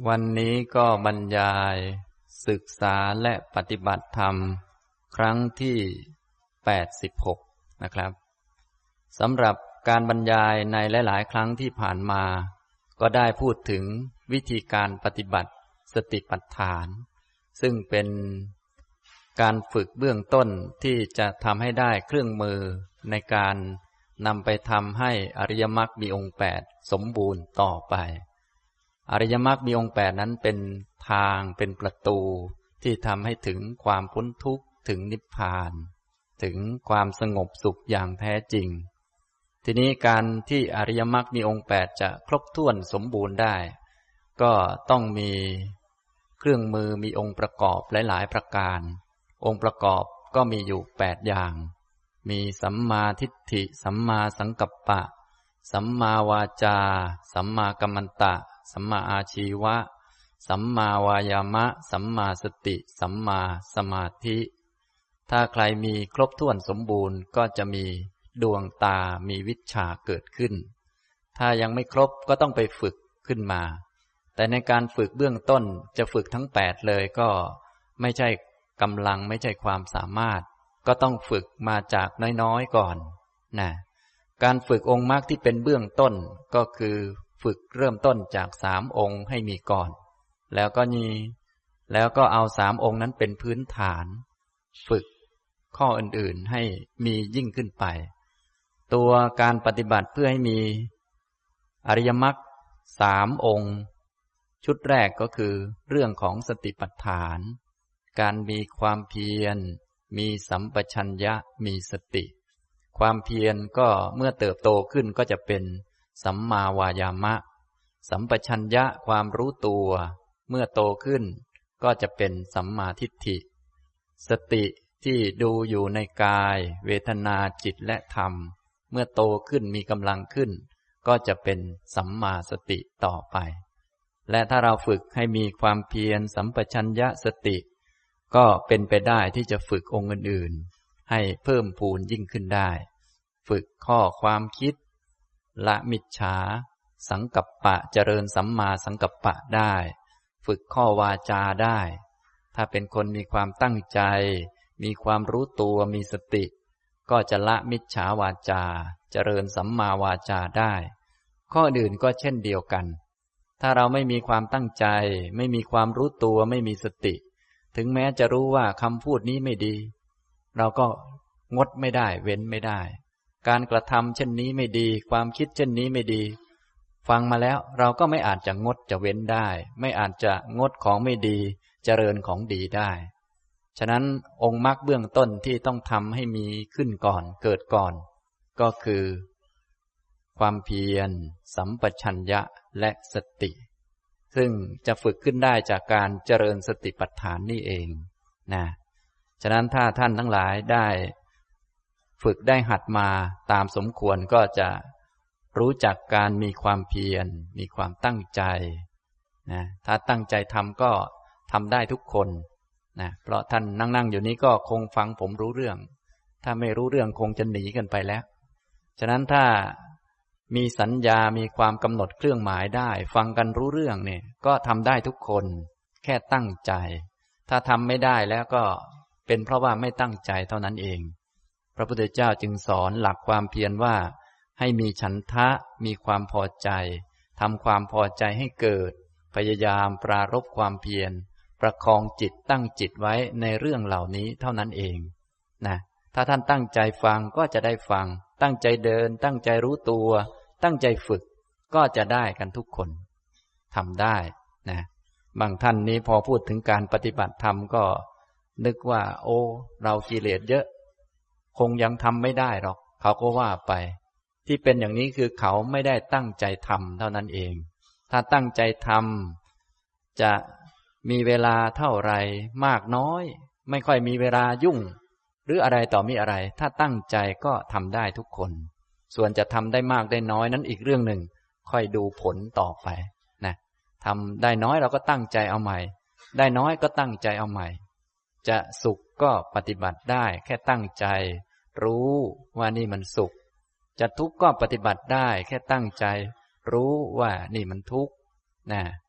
วันนี้ก็บรรยายศึกษาและปฏิบัติธรรมครั้งที่86นะครับสำหรับการบรรยายในหลายๆครั้งที่ผ่านมาก็ได้พูดถึงวิธีการปฏิบัติสติปัฏฐานซึ่งเป็นการฝึกเบื้องต้นที่จะทำให้ได้เครื่องมือในการนำไปทำให้อริยมรรคมีองค์8สมบูรณ์ต่อไปอริยมรรคมีองค์8นั้นเป็นทางเป็นประตูที่ทำให้ถึงความพ้นทุกข์ถึงนิพพานถึงความสงบสุขอย่างแท้จริงทีนี้การที่อริยมรรคมีองค์8จะครบถ้วนสมบูรณ์ได้ก็ต้องมีเครื่องมือมีองค์ประกอบหลายๆประการองค์ประกอบก็มีอยู่8อย่างมีสัมมาทิฏฐิสัมมาสังกัปปะสัมมาวาจาสัมมากัมมันตะสัมมาอาชีวะสัมมาวายามะสัมมาสติสัมมาสมาธิถ้าใครมีครบถ้วนสมบูรณ์ก็จะมีดวงตามีวิชชาเกิดขึ้นถ้ายังไม่ครบก็ต้องไปฝึกขึ้นมาแต่ในการฝึกเบื้องต้นจะฝึกทั้ง8เลยก็ไม่ใช่กำลังไม่ใช่ความสามารถก็ต้องฝึกมาจากน้อยๆก่อนนะการฝึกองค์มรรคที่เป็นเบื้องต้นก็คือฝึกเริ่มต้นจาก3องค์ให้มีก่อนแล้วก็เอา3องค์นั้นเป็นพื้นฐานฝึกข้ออื่นๆให้มียิ่งขึ้นไปตัวการปฏิบัติเพื่อให้มีอริยมรรค3องค์ชุดแรกก็คือเรื่องของสติปัฏฐานการมีความเพียรมีสัมปชัญญะมีสติความเพียรก็เมื่อเติบโตขึ้นก็จะเป็นสัมมาวายามะสัมปชัญญะความรู้ตัวเมื่อโตขึ้นก็จะเป็นสัมมาทิฏฐิสติที่ดูอยู่ในกายเวทนาจิตและธรรมเมื่อโตขึ้นมีกำลังขึ้นก็จะเป็นสัมมาสติต่อไปและถ้าเราฝึกให้มีความเพียรสัมปชัญญะสติก็เป็นไปได้ที่จะฝึกองค์อื่นๆให้เพิ่มพูนยิ่งขึ้นได้ฝึกข้อความคิดละมิจฉาสังกัปปะเจริญสัมมาสังกัปปะได้ฝึกข้อวาจาได้ถ้าเป็นคนมีความตั้งใจมีความรู้ตัวมีสติก็จะละมิจฉาวาจาเจริญสัมมาวาจาได้ข้ออื่นก็เช่นเดียวกันถ้าเราไม่มีความตั้งใจไม่มีความรู้ตัวไม่มีสติถึงแม้จะรู้ว่าคำพูดนี้ไม่ดีเราก็งดไม่ได้เว้นไม่ได้การกระทำเช่นนี้ไม่ดีความคิดเช่นนี้ไม่ดีฟังมาแล้วเราก็ไม่อาจจะงดจะเว้นได้ไม่อาจจะงดของไม่ดีเจริญของดีได้ฉะนั้นองค์มรรคเบื้องต้นที่ต้องทำให้มีขึ้นก่อนเกิดก่อนก็คือความเพียรสัมปชัญญะและสติซึ่งจะฝึกขึ้นได้จากการเจริญสติปัฏฐานนี่เองนะฉะนั้นถ้าท่านทั้งหลายได้ฝึกได้หัดมาตามสมควรก็จะรู้จักการมีความเพียรมีความตั้งใจนะถ้าตั้งใจทำก็ทำได้ทุกคนนะเพราะท่านนั่งอยู่นี้ก็คงฟังผมรู้เรื่องถ้าไม่รู้เรื่องคงจะหนีกันไปแล้วฉะนั้นถ้ามีสัญญามีความกำหนดเครื่องหมายได้ฟังกันรู้เรื่องเนี่ยก็ทำได้ทุกคนแค่ตั้งใจถ้าทำไม่ได้แล้วก็เป็นเพราะว่าไม่ตั้งใจเท่านั้นเองพระพุทธเจ้าจึงสอนหลักความเพียรว่าให้มีฉันทะมีความพอใจทำความพอใจให้เกิดพยายามปรารภความเพียรประคองจิตตั้งจิตไว้ในเรื่องเหล่านี้เท่านั้นเองนะถ้าท่านตั้งใจฟังก็จะได้ฟังตั้งใจเดินตั้งใจรู้ตัวตั้งใจฝึกก็จะได้กันทุกคนทำได้นะบางท่านนี้พอพูดถึงการปฏิบัติธรรมก็นึกว่าโอ้เรากิเลสเยอะคงยังทำไม่ได้หรอกเขาก็ว่าไปที่เป็นอย่างนี้คือเขาไม่ได้ตั้งใจทำเท่านั้นเองถ้าตั้งใจทำจะมีเวลาเท่าไรมากน้อยไม่ค่อยมีเวลายุ่งหรืออะไรต่อมีอะไรถ้าตั้งใจก็ทำได้ทุกคนส่วนจะทำได้มากได้น้อยนั้นอีกเรื่องหนึ่งค่อยดูผลต่อไปนะทำได้น้อยเราก็ตั้งใจเอาใหม่ได้น้อยก็ตั้งใจเอาใหม่จะสุขก็ปฏิบัติได้แค่ตั้งใจรู้ว่านี่มันสุขจะทุกข์ก็ปฏิบัติได้แค่ตั้งใจรู้ว่านี่มันทุกข์นะ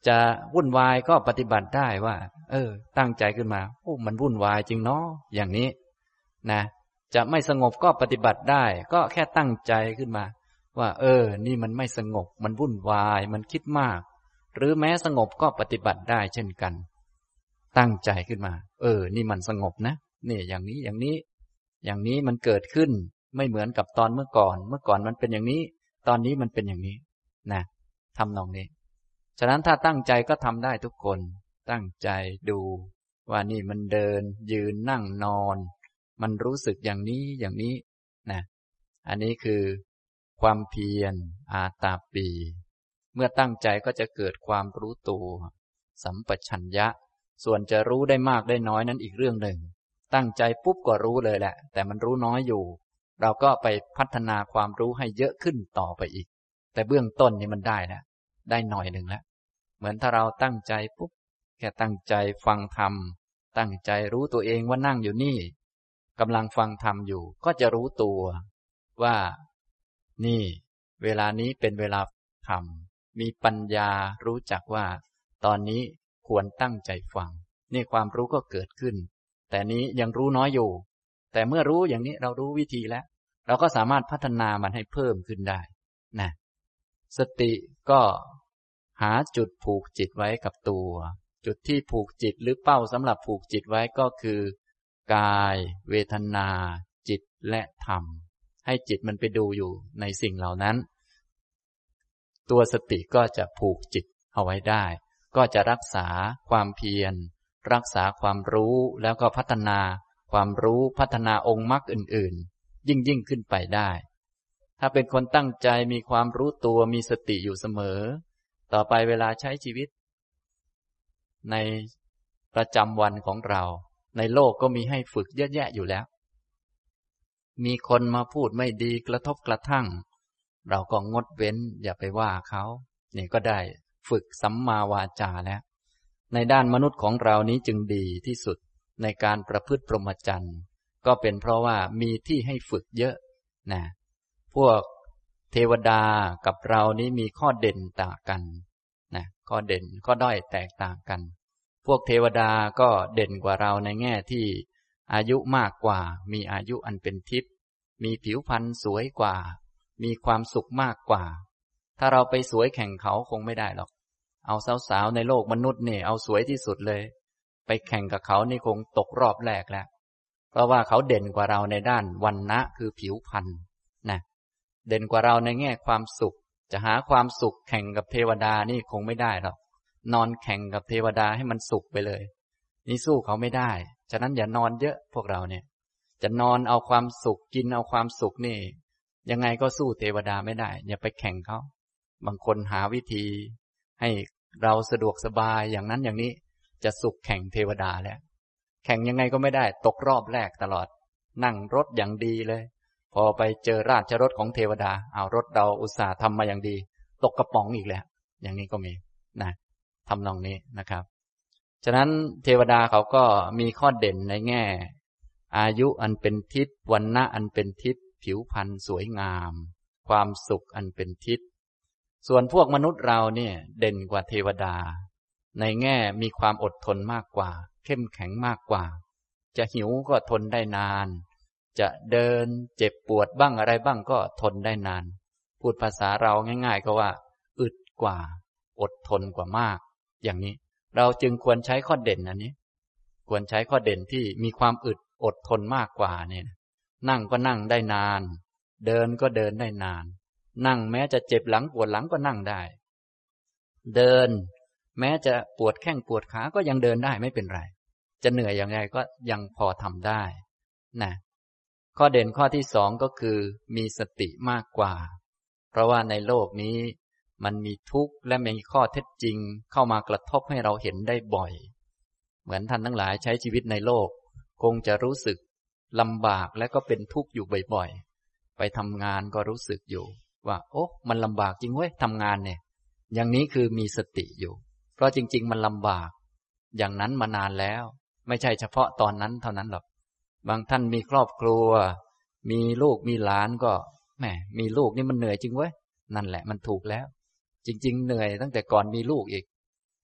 จะวุ่นวายก็ปฏิบัติได้ว่าตั้งใจขึ้นมาโอ้มันวุ่นวายจริงเนาะอย่างนี้นะจะไม่สงบก็ปฏิบัติได้ก็แค่ตั้งใจขึ้นมาว่านี่มันไม่สงบมันวุ่นวายมันคิดมากหรือแม้สงบก็ปฏิบัติได้เช่นกันตั้งใจขึ้นมานี่มันสงบนะนี่อย่างนี้อย่างนี้อย่างนี้มันเกิดขึ้นไม่เหมือนกับตอนเมื่อก่อนมันเป็นอย่างนี้ตอนนี้มันเป็นอย่างนี้นะทำนองนี้ฉะนั้นถ้าตั้งใจก็ทำได้ทุกคนตั้งใจดูว่านี่มันเดินยืนนั่งนอนมันรู้สึกอย่างนี้อย่างนี้นะอันนี้คือความเพียรอาตาปีเมื่อตั้งใจก็จะเกิดความรู้ตัวสัมปชัญญะส่วนจะรู้ได้มากได้น้อยนั้นอีกเรื่องหนึ่งตั้งใจปุ๊บก็รู้เลยแหละแต่มันรู้น้อยอยู่เราก็ไปพัฒนาความรู้ให้เยอะขึ้นต่อไปอีกแต่เบื้องต้นนี่มันได้แล้วได้หน่อยหนึ่งแล้วเหมือนถ้าเราตั้งใจปุ๊บแค่ตั้งใจฟังธรรมตั้งใจรู้ตัวเองว่านั่งอยู่นี่กำลังฟังธรรมอยู่ก็จะรู้ตัวว่านี่เวลานี้เป็นเวลาธรรมมีปัญญารู้จักว่าตอนนี้ควรตั้งใจฟังนี่ความรู้ก็เกิดขึ้นแต่นี้ยังรู้น้อยอยู่แต่เมื่อรู้อย่างนี้เรารู้วิธีแล้วเราก็สามารถพัฒนามันให้เพิ่มขึ้นได้นะสติก็หาจุดผูกจิตไว้กับตัวจุดที่ผูกจิตหรือเป้าสำหรับผูกจิตไว้ก็คือกายเวทนาจิตและธรรมให้จิตมันไปดูอยู่ในสิ่งเหล่านั้นตัวสติก็จะผูกจิตเอาไว้ได้ก็จะรักษาความเพียรรักษาความรู้แล้วก็พัฒนาความรู้พัฒนาองค์มรรคอื่นๆยิ่งขึ้นไปได้ถ้าเป็นคนตั้งใจมีความรู้ตัวมีสติอยู่เสมอต่อไปเวลาใช้ชีวิตในประจำวันของเราในโลกก็มีให้ฝึกเยอะแยะอยู่แล้วมีคนมาพูดไม่ดีกระทบกระทั่งเราก็งดเว้นอย่าไปว่าเขานี่ก็ได้ฝึกสัมมาวาจาแล้วในด้านมนุษย์ของเรานี้จึงดีที่สุดในการประพฤติพรหมจรรย์ก็เป็นเพราะว่ามีที่ให้ฝึกเยอะนะพวกเทวดากับเรานี้มีข้อเด่นต่างกันนะข้อเด่นข้อด้อยแตกต่างกันพวกเทวดาก็เด่นกว่าเราในแง่ที่อายุมากกว่ามีอายุอันเป็นทิพย์มีผิวพรรณสวยกว่ามีความสุขมากกว่าถ้าเราไปสวยแข่งเขาคงไม่ได้หรอกเอาสาวๆในโลกมนุษย์เนี่ยเอาสวยที่สุดเลยไปแข่งกับเขานี่คงตกรอบแรกแล้วเพราะว่าเขาเด่นกว่าเราในด้านวรรณะคือผิวพรรณนะเด่นกว่าเราในแง่ความสุขจะหาความสุขแข่งกับเทวดานี่คงไม่ได้หรอกนอนแข่งกับเทวดาให้มันสุขไปเลยนี่สู้เขาไม่ได้ฉะนั้นอย่านอนเยอะพวกเราเนี่ยจะนอนเอาความสุขกินเอาความสุขนี่ยังไงก็สู้เทวดาไม่ได้อย่าไปแข่งเขาบางคนหาวิธีให้เราสะดวกสบายอย่างนั้นอย่างนี้จะสุขแข่งเทวดาแล้วแข่งยังไงก็ไม่ได้ตกรอบแรกตลอดนั่งรถอย่างดีเลยพอไปเจอราชรถของเทวดาเอารถเราอุตส่าห์ทำมาอย่างดีตกกระป๋องอีกแล้วอย่างนี้ก็มีนะทำนองนี้นะครับฉะนั้นเทวดาเขาก็มีข้อเด่นในแง่อายุอันเป็นทิพย์วรรณะอันเป็นทิพย์ผิวพรรณสวยงามความสุขอันเป็นทิพย์ส่วนพวกมนุษย์เราเนี่ยเด่นกว่าเทวดาในแง่มีความอดทนมากกว่าเข้มแข็งมากกว่าจะหิวก็ทนได้นานจะเดินเจ็บปวดบ้างอะไรบ้างก็ทนได้นานพูดภาษาเราง่ายๆก็ว่าอึดกว่าอดทนกว่ามากอย่างนี้เราจึงควรใช้ข้อเด่นอันนี้ควรใช้ข้อเด่นที่มีความอึดอดทนมากกว่าเนี่ยนั่งก็นั่งได้นานเดินก็เดินได้นานนั่งแม้จะเจ็บหลังปวดหลังก็นั่งได้เดินแม้จะปวดแข้งปวดขาก็ยังเดินได้ไม่เป็นไรจะเหนื่อยอย่างไรก็ยังพอทำได้นะข้อเด่นข้อที่สองก็คือมีสติมากกว่าเพราะว่าในโลกนี้มันมีทุกข์และมีข้อเท็จจริงเข้ามากระทบให้เราเห็นได้บ่อยเหมือนท่านทั้งหลายใช้ชีวิตในโลกคงจะรู้สึกลำบากและก็เป็นทุกข์อยู่บ่อยๆไปทำงานก็รู้สึกอยู่ว่าโอ้มันลำบากจริงเว้ยทำงานเนี่ยอย่างนี้คือมีสติอยู่เพราะจริงๆมันลำบากอย่างนั้นมานานแล้วไม่ใช่เฉพาะตอนนั้นเท่านั้นหรอกบางท่านมีครอบครัวมีลูกมีหลานก็แหมมีลูกนี่มันเหนื่อยจริงเว้ยนั่นแหละมันถูกแล้วจริงๆเหนื่อยตั้งแต่ก่อนมีลูกอีก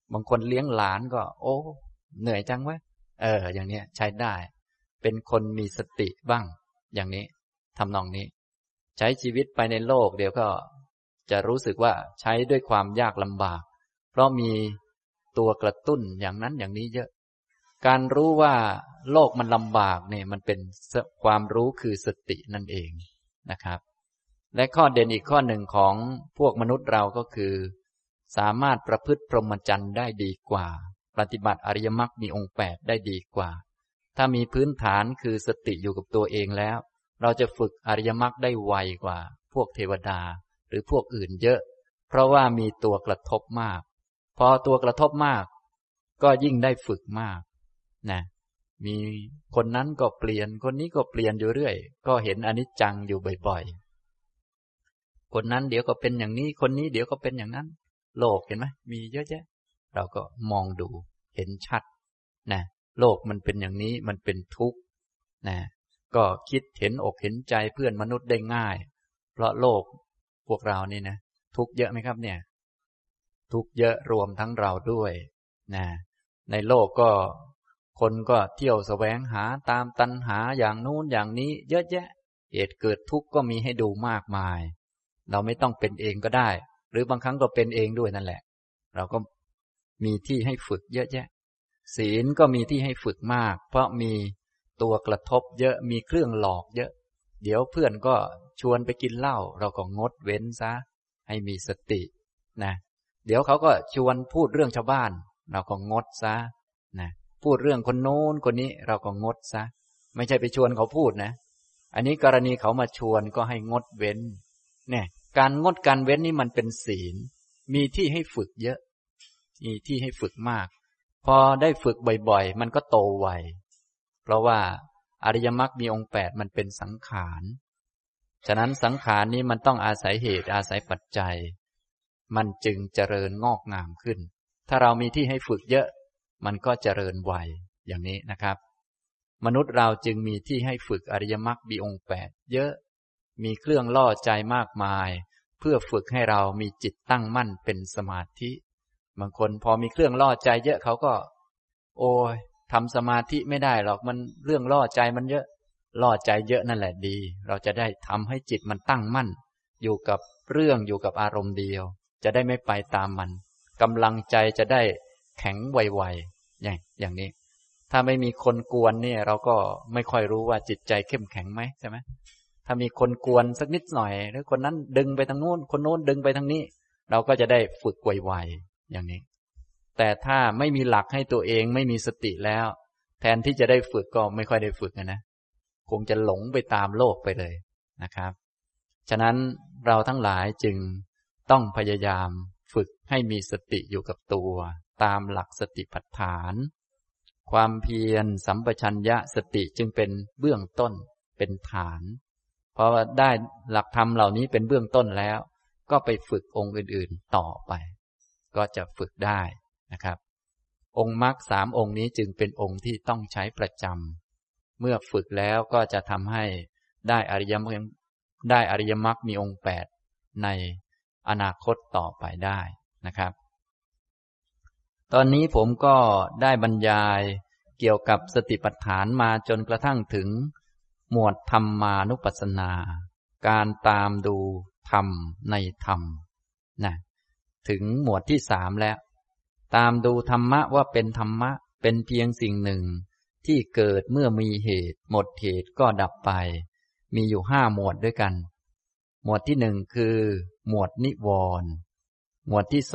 บางคนเลี้ยงหลานก็โอ้เหนื่อยจังวะอย่างนี้ใช้ได้เป็นคนมีสติบ้างอย่างนี้ทำนองนี้ใช้ชีวิตไปในโลกเดี๋ยวก็จะรู้สึกว่าใช้ด้วยความยากลำบากเพราะมีตัวกระตุ้นอย่างนั้นอย่างนี้เยอะการรู้ว่าโลกมันลำบากเนี่ยมันเป็นความรู้คือสตินั่นเองนะครับและข้อเด่นอีกข้อหนึ่งของพวกมนุษย์เราก็คือสามารถประพฤติพรหมจรรย์ได้ดีกว่าปฏิบัติอริยมรรคมีองค์8ได้ดีกว่าถ้ามีพื้นฐานคือสติอยู่กับตัวเองแล้วเราจะฝึกอริยมรรคได้ไวกว่าพวกเทวดาหรือพวกอื่นเยอะเพราะว่ามีตัวกระทบมากพอตัวกระทบมากก็ยิ่งได้ฝึกมากนะมีคนนั้นก็เปลี่ยนคนนี้ก็เปลี่ยนอยู่เรื่อยก็เห็นอนิจจังอยู่บ่อยๆคนนั้นเดี๋ยวก็เป็นอย่างนี้คนนี้เดี๋ยวก็เป็นอย่างนั้นโลกเห็นไหมมีเยอะแยะเราก็มองดูเห็นชัดนะโลกมันเป็นอย่างนี้มันเป็นทุกข์นะก็คิดเห็นอกเห็นใจเพื่อนมนุษย์ได้ง่ายเพราะโลกพวกเรานี่นะทุกข์เยอะไหมครับเนี่ยทุกข์เยอะรวมทั้งเราด้วยนะในโลกก็คนก็เที่ยวแสวงหาตามตัณหาอย่างนู้นอย่างนี้เยอะแยะเหตุเกิดทุกข์ก็มีให้ดูมากมายเราไม่ต้องเป็นเองก็ได้หรือบางครั้งก็เป็นเองด้วยนั่นแหละเราก็มีที่ให้ฝึกเยอะแยะศีลก็มีที่ให้ฝึกมากเพราะมีตัวกระทบเยอะมีเครื่องหลอกเยอะเดี๋ยวเพื่อนก็ชวนไปกินเหล้าเราก็งดเว้นซะให้มีสตินะเดี๋ยวเขาก็ชวนพูดเรื่องชาวบ้านเราก็งดซะนะพูดเรื่องคนโน้นคนนี้เราก็งดซะไม่ใช่ไปชวนเขาพูดนะอันนี้กรณีเขามาชวนก็ให้งดเว้นเนี่ยการงดการเว้นนี่มันเป็นศีลมีที่ให้ฝึกเยอะมีที่ให้ฝึกมากพอได้ฝึกบ่อยๆมันก็โตไวเพราะว่าอริยมรรคมีองค์8มันเป็นสังขารฉะนั้นสังขารนี้มันต้องอาศัยเหตุอาศัยปัจจัยมันจึงเจริญงอกงามขึ้นถ้าเรามีที่ให้ฝึกเยอะมันก็เจริญไวอย่างนี้นะครับมนุษย์เราจึงมีที่ให้ฝึกอริยมรรคมีองค์8เยอะมีเครื่องล่อใจมากมายเพื่อฝึกให้เรามีจิตตั้งมั่นเป็นสมาธิบางคนพอมีเครื่องล่อใจเยอะเขาก็โอ้ยทำสมาธิไม่ได้หรอกมันเรื่องล่อใจมันเยอะล่อใจเยอะนั่นแหละดีเราจะได้ทำให้จิตมันตั้งมั่นอยู่กับเรื่องอยู่กับอารมณ์เดียวจะได้ไม่ไปตามมันกำลังใจจะได้แข็งไวๆอย่างนี้ถ้าไม่มีคนกวนเนี่ยเราก็ไม่ค่อยรู้ว่าจิตใจเข้มแข็งไหมใช่ไหมถ้ามีคนกวนสักนิดหน่อยหรือคนนั้นดึงไปทางโน้นคนโน้นดึงไปทางนี้เราก็จะได้ฝึกไวๆอย่างนี้แต่ถ้าไม่มีหลักให้ตัวเองไม่มีสติแล้วแทนที่จะได้ฝึกก็ไม่ค่อยได้ฝึกนะคงจะหลงไปตามโลกไปเลยนะครับฉะนั้นเราทั้งหลายจึงต้องพยายามฝึกให้มีสติอยู่กับตัวตามหลักสติปัฏฐานความเพียรสัมปชัญญะสติจึงเป็นเบื้องต้นเป็นฐานเพราะว่าได้หลักธรรมเหล่านี้เป็นเบื้องต้นแล้วก็ไปฝึกองค์อื่นๆต่อไปก็จะฝึกได้นะครับองค์มรรค3องค์นี้จึงเป็นองค์ที่ต้องใช้ประจำเมื่อฝึกแล้วก็จะทำให้ได้อริยมรรคมีองค์8ในอนาคตต่อไปได้นะครับตอนนี้ผมก็ได้บรรยายเกี่ยวกับสติปัฏฐานมาจนกระทั่งถึงหมวดธรรมานุปัสสนาการตามดูธรรมในธรรมนะถึงหมวดที่3แล้วตามดูธรรมะว่าเป็นธรรมะเป็นเพียงสิ่งหนึ่งที่เกิดเมื่อมีเหตุหมดเหตุก็ดับไปมีอยู่5หมวดด้วยกันหมวดที่1คือหมวดนิวรณ์หมวดที่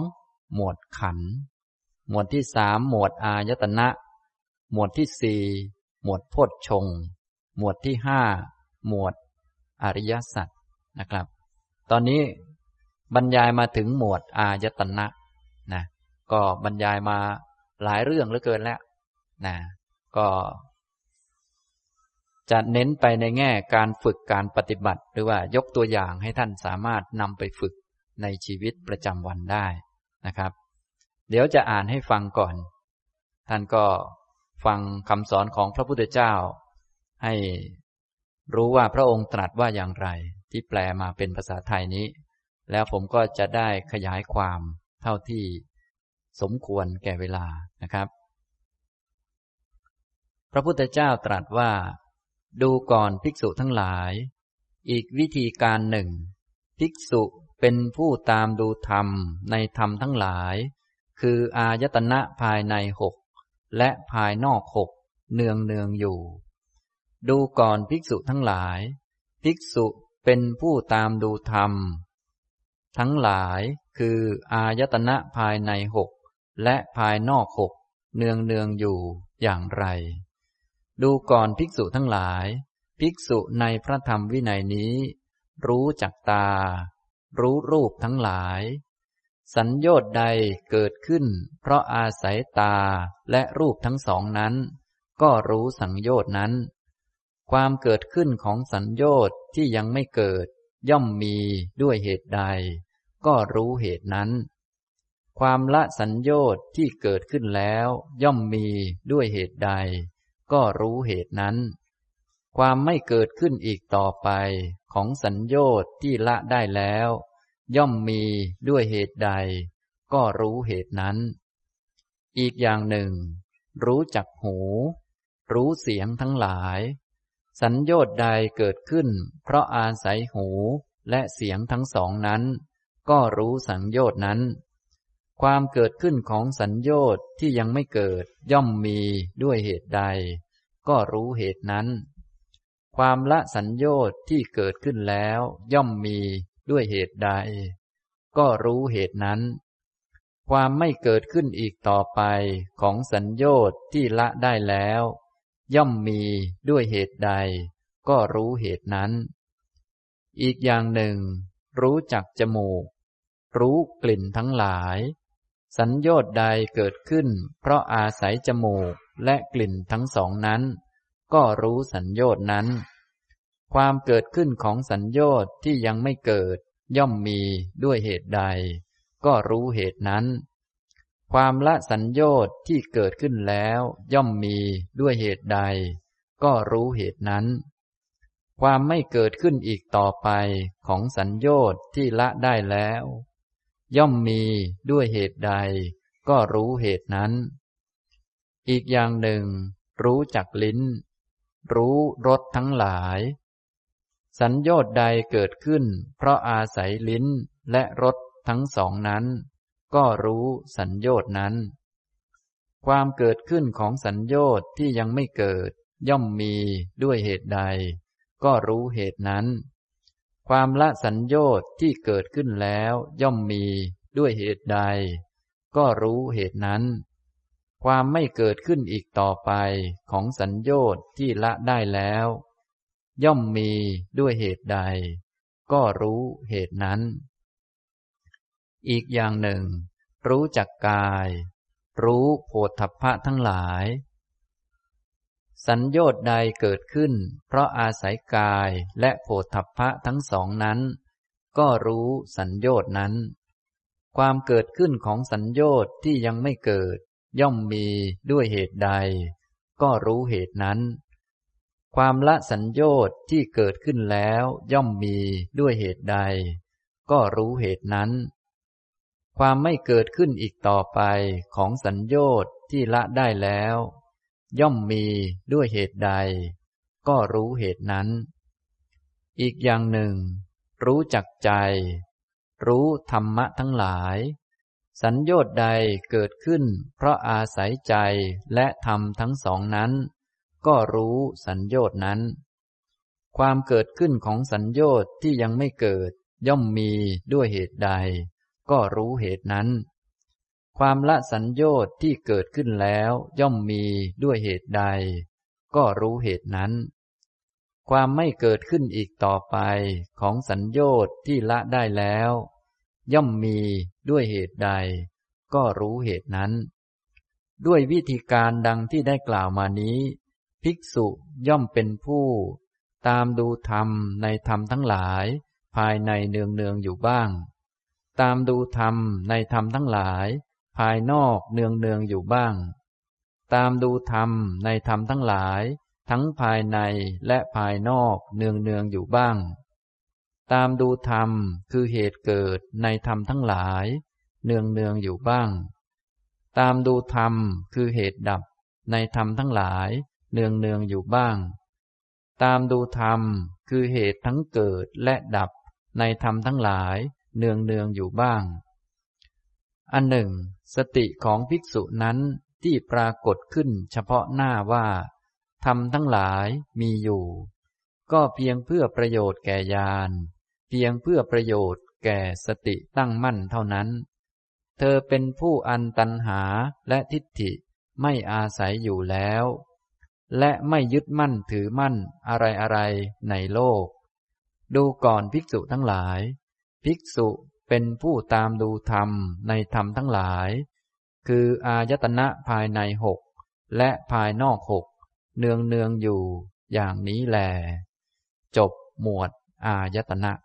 2หมวดขันธ์หมวดที่3หมวดอายตนะหมวดที่4หมวดโพชฌงค์หมวดที่5หมวดอริยสัจนะครับตอนนี้บรรยายมาถึงหมวดอายตนะนะก็บรรยายมาหลายเรื่องเหลือเกินแล้วนะก็จะเน้นไปในแง่การฝึกการปฏิบัติหรือว่ายกตัวอย่างให้ท่านสามารถนำไปฝึกในชีวิตประจำวันได้นะครับเดี๋ยวจะอ่านให้ฟังก่อนท่านก็ฟังคำสอนของพระพุทธเจ้าให้รู้ว่าพระองค์ตรัสว่าอย่างไรที่แปลมาเป็นภาษาไทยนี้แล้วผมก็จะได้ขยายความเท่าที่สมควรแก่เวลานะครับพระพุทธเจ้าตรัสว่าดูก่อนภิกษุทั้งหลายอีกวิธีการหนึ่งภิกษุเป็นผู้ตามดูธรรมในธรรมทั้งหลายคืออายตนะภายในหกและภายนอกหกเนืองอยู่ดูก่อนภิกษุทั้งหลายภิกษุเป็นผู้ตามดูธรรมทั้งหลายคืออายตนะภายในหกและภายนอกหกเนืองอยู่อย่างไรดูก่อนภิกษุทั้งหลายภิกษุในพระธรรมวินัยนี้รู้จักตารู้รูปทั้งหลายสัญโยชน์ใดเกิดขึ้นเพราะอาศัยตาและรูปทั้งสองนั้นก็รู้สัญโยชน์นั้นความเกิดขึ้นของสัญโยชน์ที่ยังไม่เกิดย่อมมีด้วยเหตุใดก็รู้เหตุนั้นความละสัญโยชน์ที่เกิดขึ้นแล้วย่อมมีด้วยเหตุใดก็รู้เหตุนั้นความไม่เกิดขึ้นอีกต่อไปของสัญโยชน์ที่ละได้แล้วย่อมมีด้วยเหตุใดก็รู้เหตุนั้นอีกอย่างหนึ่งรู้จักหูรู้เสียงทั้งหลายสัญโยชน์ใดเกิดขึ้นเพราะอาศัยหูและเสียงทั้งสองนั้นก็รู้สัญโยชน์นั้นความเกิดขึ้นของสัญโยชน์ที่ยังไม่เกิดย่อมมีด้วยเหตุใดก็รู้เหตุนั้นความละสัญโยชน์ที่เกิดขึ้นแล้วย่อมมีด้วยเหตุใดก็รู้เหตุนั้นความไม่เกิดขึ้นอีกต่อไปของสัญโยชน์ที่ละได้แล้วย่อมมีด้วยเหตุใดก็รู้เหตุนั้นอีกอย่างหนึ่งรู้จักจมูกรู้กลิ่นทั้งหลายสัญโยชน์ใดเกิดขึ้นเพราะอาศัยจมูกและกลิ่นทั้งสองนั้นก็รู้สัญโยชน์นั้นความเกิดขึ้นของสัญโยชน์ที่ยังไม่เกิดย่อมมีด้วยเหตุใดก็รู้เหตุนั้นความละสัญโยชน์ที่เกิดขึ้นแล้วย่อมมีด้วยเหตุใดก็รู้เหตุนั้นความไม่เกิดขึ้นอีกต่อไปของสัญโยชน์ที่ละได้แล้วย่อมมีด้วยเหตุใดก็รู้เหตุนั้นอีกอย่างหนึ่งรู้จักลิ้นรู้รสทั้งหลายสัญโยชน์ใดเกิดขึ้นเพราะอาศัยลิ้นและรสทั้งสองนั้นก็รู้สัญโยชน์นั้นความเกิดขึ้นของสัญโยชน์ที่ยังไม่เกิดย่อมมีด้วยเหตุใดก็รู้เหตุนั้นความละสัญโยชน์ที่เกิดขึ้นแล้วย่อมมีด้วยเหตุใดก็รู้เหตุนั้นความไม่เกิดขึ้นอีกต่อไปของสัญโยชน์ที่ละได้แล้วย่อมมีด้วยเหตุใดก็รู้เหตุนั้นอีกอย่างหนึ่งรู้จักกายรู้โผฏฐัพพะทั้งหลายสัญโยชน์ใดเกิดขึ้นเพราะอาศัยกายและโผฏฐัพพะทั้งสองนั้นก็รู้สัญโยชน์นั้นความเกิดขึ้นของสัญโยชน์ที่ยังไม่เกิดย่อมมีด้วยเหตุใดก็รู้เหตุนั้นความละสัญโยชน์ที่เกิดขึ้นแล้วย่อมมีด้วยเหตุใดก็รู้เหตุนั้นความไม่เกิดขึ้นอีกต่อไปของสัญโยชน์ที่ละได้แล้วย่อมมีด้วยเหตุใดก็รู้เหตุนั้นอีกอย่างหนึ่งรู้จักใจรู้ธรรมะทั้งหลายสัญโยชน์ใดเกิดขึ้นเพราะอาศัยใจและธรรมทั้งสองนั้นก็รู้สัญโยชน์นั้นความเกิดขึ้นของสัญโยชน์ที่ยังไม่เกิดย่อมมีด้วยเหตุใดก็รู้เหตุนั้นความละสัญโยชน์ที่เกิดขึ้นแล้วย่อมมีด้วยเหตุใดก็รู้เหตุนั้นความไม่เกิดขึ้นอีกต่อไปของสัญโยชน์ที่ละได้แล้วย่อมมีด้วยเหตุใดก็รู้เหตุนั้นด้วยวิธีการดังที่ได้กล่าวมานี้ภิกษุย่อมเป็นผู้ตามดูธรรมในธรรมทั้งหลายภายในเนืองอยู่บ้างตามดูธรรมในธรรมทั้งหลายภายนอกเนืองอยู่บ้างตามดูธรรมในธรรมทั้งหลายทั้งภายในและภายนอกเนืองอยู่บ้างตามดูธรรมคือเหตุเกิดในธรรมทั้งหลายเนืองอยู่บ้างตามดูธรรมคือเหตุดับในธรรมทั้งหลายเนืองอยู่บ้างตามดูธรรมคือเหตุทั้งเกิดและดับในธรรมทั้งหลายเนืองอยู่บ้างอันหนึ่งสติของภิกษุนั้นที่ปรากฏขึ้นเฉพาะหน้าว่าธรรมทั้งหลายมีอยู่ก็เพียงเพื่อประโยชน์แก่ญาณเพียงเพื่อประโยชน์แก่สติตั้งมั่นเท่านั้นเธอเป็นผู้อันตัณหาและทิฏฐิไม่อาศัยอยู่แล้วและไม่ยึดมั่นถือมั่นอะไรในโลกดูก่อนภิกษุทั้งหลายภิกษุเป็นผู้ตามดูธรรมในธรรมทั้งหลายคืออายตนะภายในหกและภายนอกหกเนืองอยู่อย่างนี้แลจบหมวดอายตนะ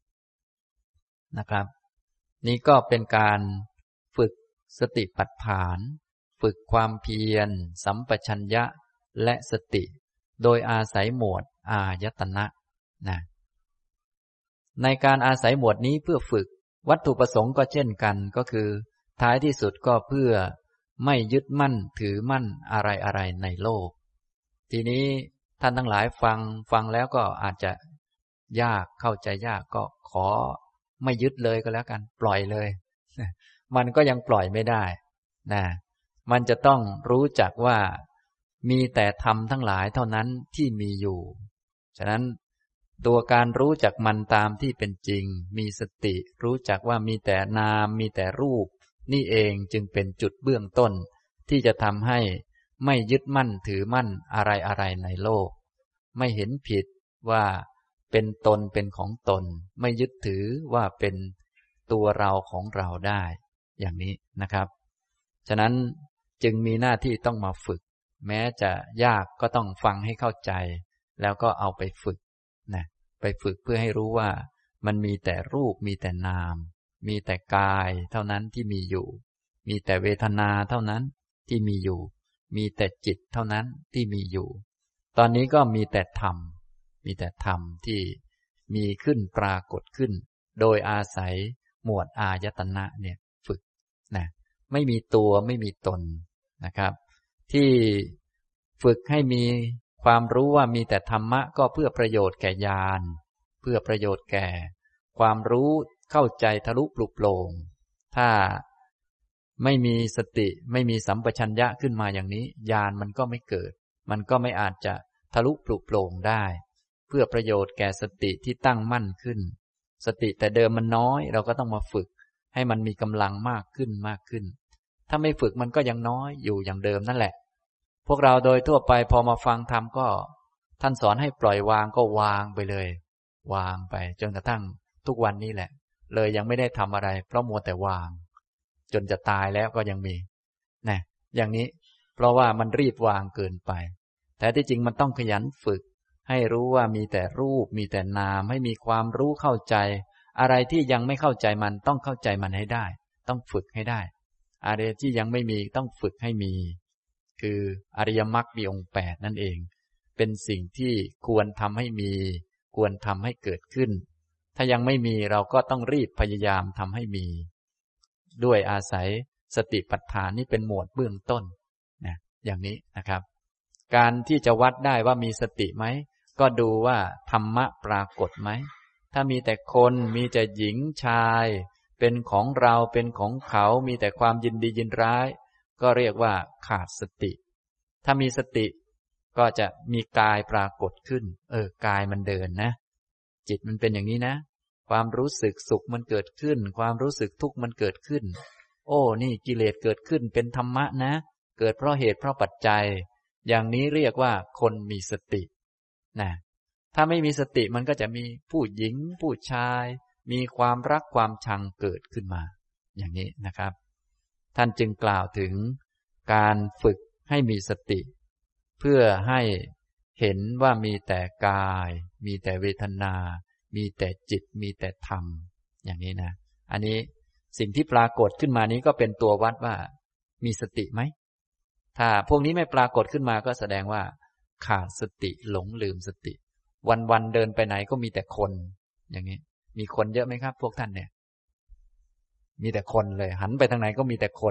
นะครับนี่ก็เป็นการฝึกสติปัฏฐานฝึกความเพียรสัมปชัญญะและสติโดยอาศัยหมวดอายตนะนะในการอาศัยหมวดนี้เพื่อฝึกวัตถุประสงค์ก็เช่นกันก็คือท้ายที่สุดก็เพื่อไม่ยึดมั่นถือมั่นอะไรในโลกทีนี้ท่านทั้งหลายฟังแล้วก็อาจจะยากเข้าใจยากก็ขอไม่ยึดเลยก็แล้วกันปล่อยเลยมันก็ยังปล่อยไม่ได้นะมันจะต้องรู้จักว่ามีแต่ธรรมทั้งหลายเท่านั้นที่มีอยู่ฉะนั้นตัวการรู้จักมันตามที่เป็นจริงมีสติรู้จักว่ามีแต่นามมีแต่รูปนี่เองจึงเป็นจุดเบื้องต้นที่จะทำให้ไม่ยึดมั่นถือมั่นอะไรในโลกไม่เห็นผิดว่าเป็นตนเป็นของตนไม่ยึดถือว่าเป็นตัวเราของเราได้อย่างนี้นะครับฉะนั้นจึงมีหน้าที่ต้องมาฝึกแม้จะยากก็ต้องฟังให้เข้าใจแล้วก็เอาไปฝึกนะไปฝึกเพื่อให้รู้ว่ามันมีแต่รูปมีแต่นามมีแต่กายเท่านั้นที่มีอยู่มีแต่เวทนาเท่านั้นที่มีอยู่มีแต่จิตเท่านั้นที่มีอยู่ตอนนี้ก็มีแต่ธรรมที่มีขึ้นปรากฏขึ้นโดยอาศัยหมวดอายตนะเนี่ยฝึกนะไม่มีตัวไม่มีตนนะครับที่ฝึกให้มีความรู้ว่ามีแต่ธรรมะก็เพื่อประโยชน์แก่ญาณเพื่อประโยชน์แก่ความรู้เข้าใจทะลุปลุกโปร่งถ้าไม่มีสติไม่มีสัมปชัญญะขึ้นมาอย่างนี้ญาณมันก็ไม่เกิดมันก็ไม่อาจจะทะลุปลุกโปร่งได้เพื่อประโยชน์แก่สติที่ตั้งมั่นขึ้นสติแต่เดิมมันน้อยเราก็ต้องมาฝึกให้มันมีกำลังมากขึ้นถ้าไม่ฝึกมันก็ยังน้อยอยู่อย่างเดิมนั่นแหละพวกเราโดยทั่วไปพอมาฟังธรรมก็ท่านสอนให้ปล่อยวางก็วางไปเลยวางไปจนกระทั่งทุกวันนี้แหละเลยยังไม่ได้ทำอะไรเพราะมัวแต่วางจนจะตายแล้วก็ยังมีนะอย่างนี้เพราะว่ามันรีบวางเกินไปแต่ที่จริงมันต้องขยันฝึกให้รู้ว่ามีแต่รูปมีแต่นามให้มีความรู้เข้าใจอะไรที่ยังไม่เข้าใจมันต้องเข้าใจมันให้ได้ต้องฝึกให้ได้อะไรที่ยังไม่มีต้องฝึกให้มีคืออริยมรรคมีองค์8นั่นเองเป็นสิ่งที่ควรทำให้มีควรทำให้เกิดขึ้นถ้ายังไม่มีเราก็ต้องรีบพยายามทำให้มีด้วยอาศัยสติปัฏฐานนี่เป็นหมวดเบื้องต้นนะอย่างนี้นะครับการที่จะวัดได้ว่ามีสติไหมก็ดูว่าธรรมะปรากฏไหมถ้ามีแต่คนมีแต่หญิงชายเป็นของเราเป็นของเขามีแต่ความยินดียินร้ายก็เรียกว่าขาดสติถ้ามีสติก็จะมีกายปรากฏขึ้นกายมันเดินนะจิตมันเป็นอย่างนี้นะความรู้สึกสุขมันเกิดขึ้นความรู้สึกทุกข์มันเกิดขึ้นโอ้นี่กิเลสเกิดขึ้นเป็นธรรมะนะเกิดเพราะเหตุเพราะปัจจัยอย่างนี้เรียกว่าคนมีสตินะถ้าไม่มีสติมันก็จะมีผู้หญิงผู้ชายมีความรักความชังเกิดขึ้นมาอย่างนี้นะครับท่านจึงกล่าวถึงการฝึกให้มีสติเพื่อให้เห็นว่ามีแต่กายมีแต่เวทนามีแต่จิตมีแต่ธรรมอย่างนี้นะอันนี้สิ่งที่ปรากฏขึ้นมานี้ก็เป็นตัววัดว่ามีสติไหมถ้าพวกนี้ไม่ปรากฏขึ้นมาก็แสดงว่าขาดสติหลงลืมสติวันๆเดินไปไหนก็มีแต่คนอย่างนี้มีคนเยอะไหมครับพวกท่านเนี่ยมีแต่คนเลยหันไปทางไหนก็มีแต่คน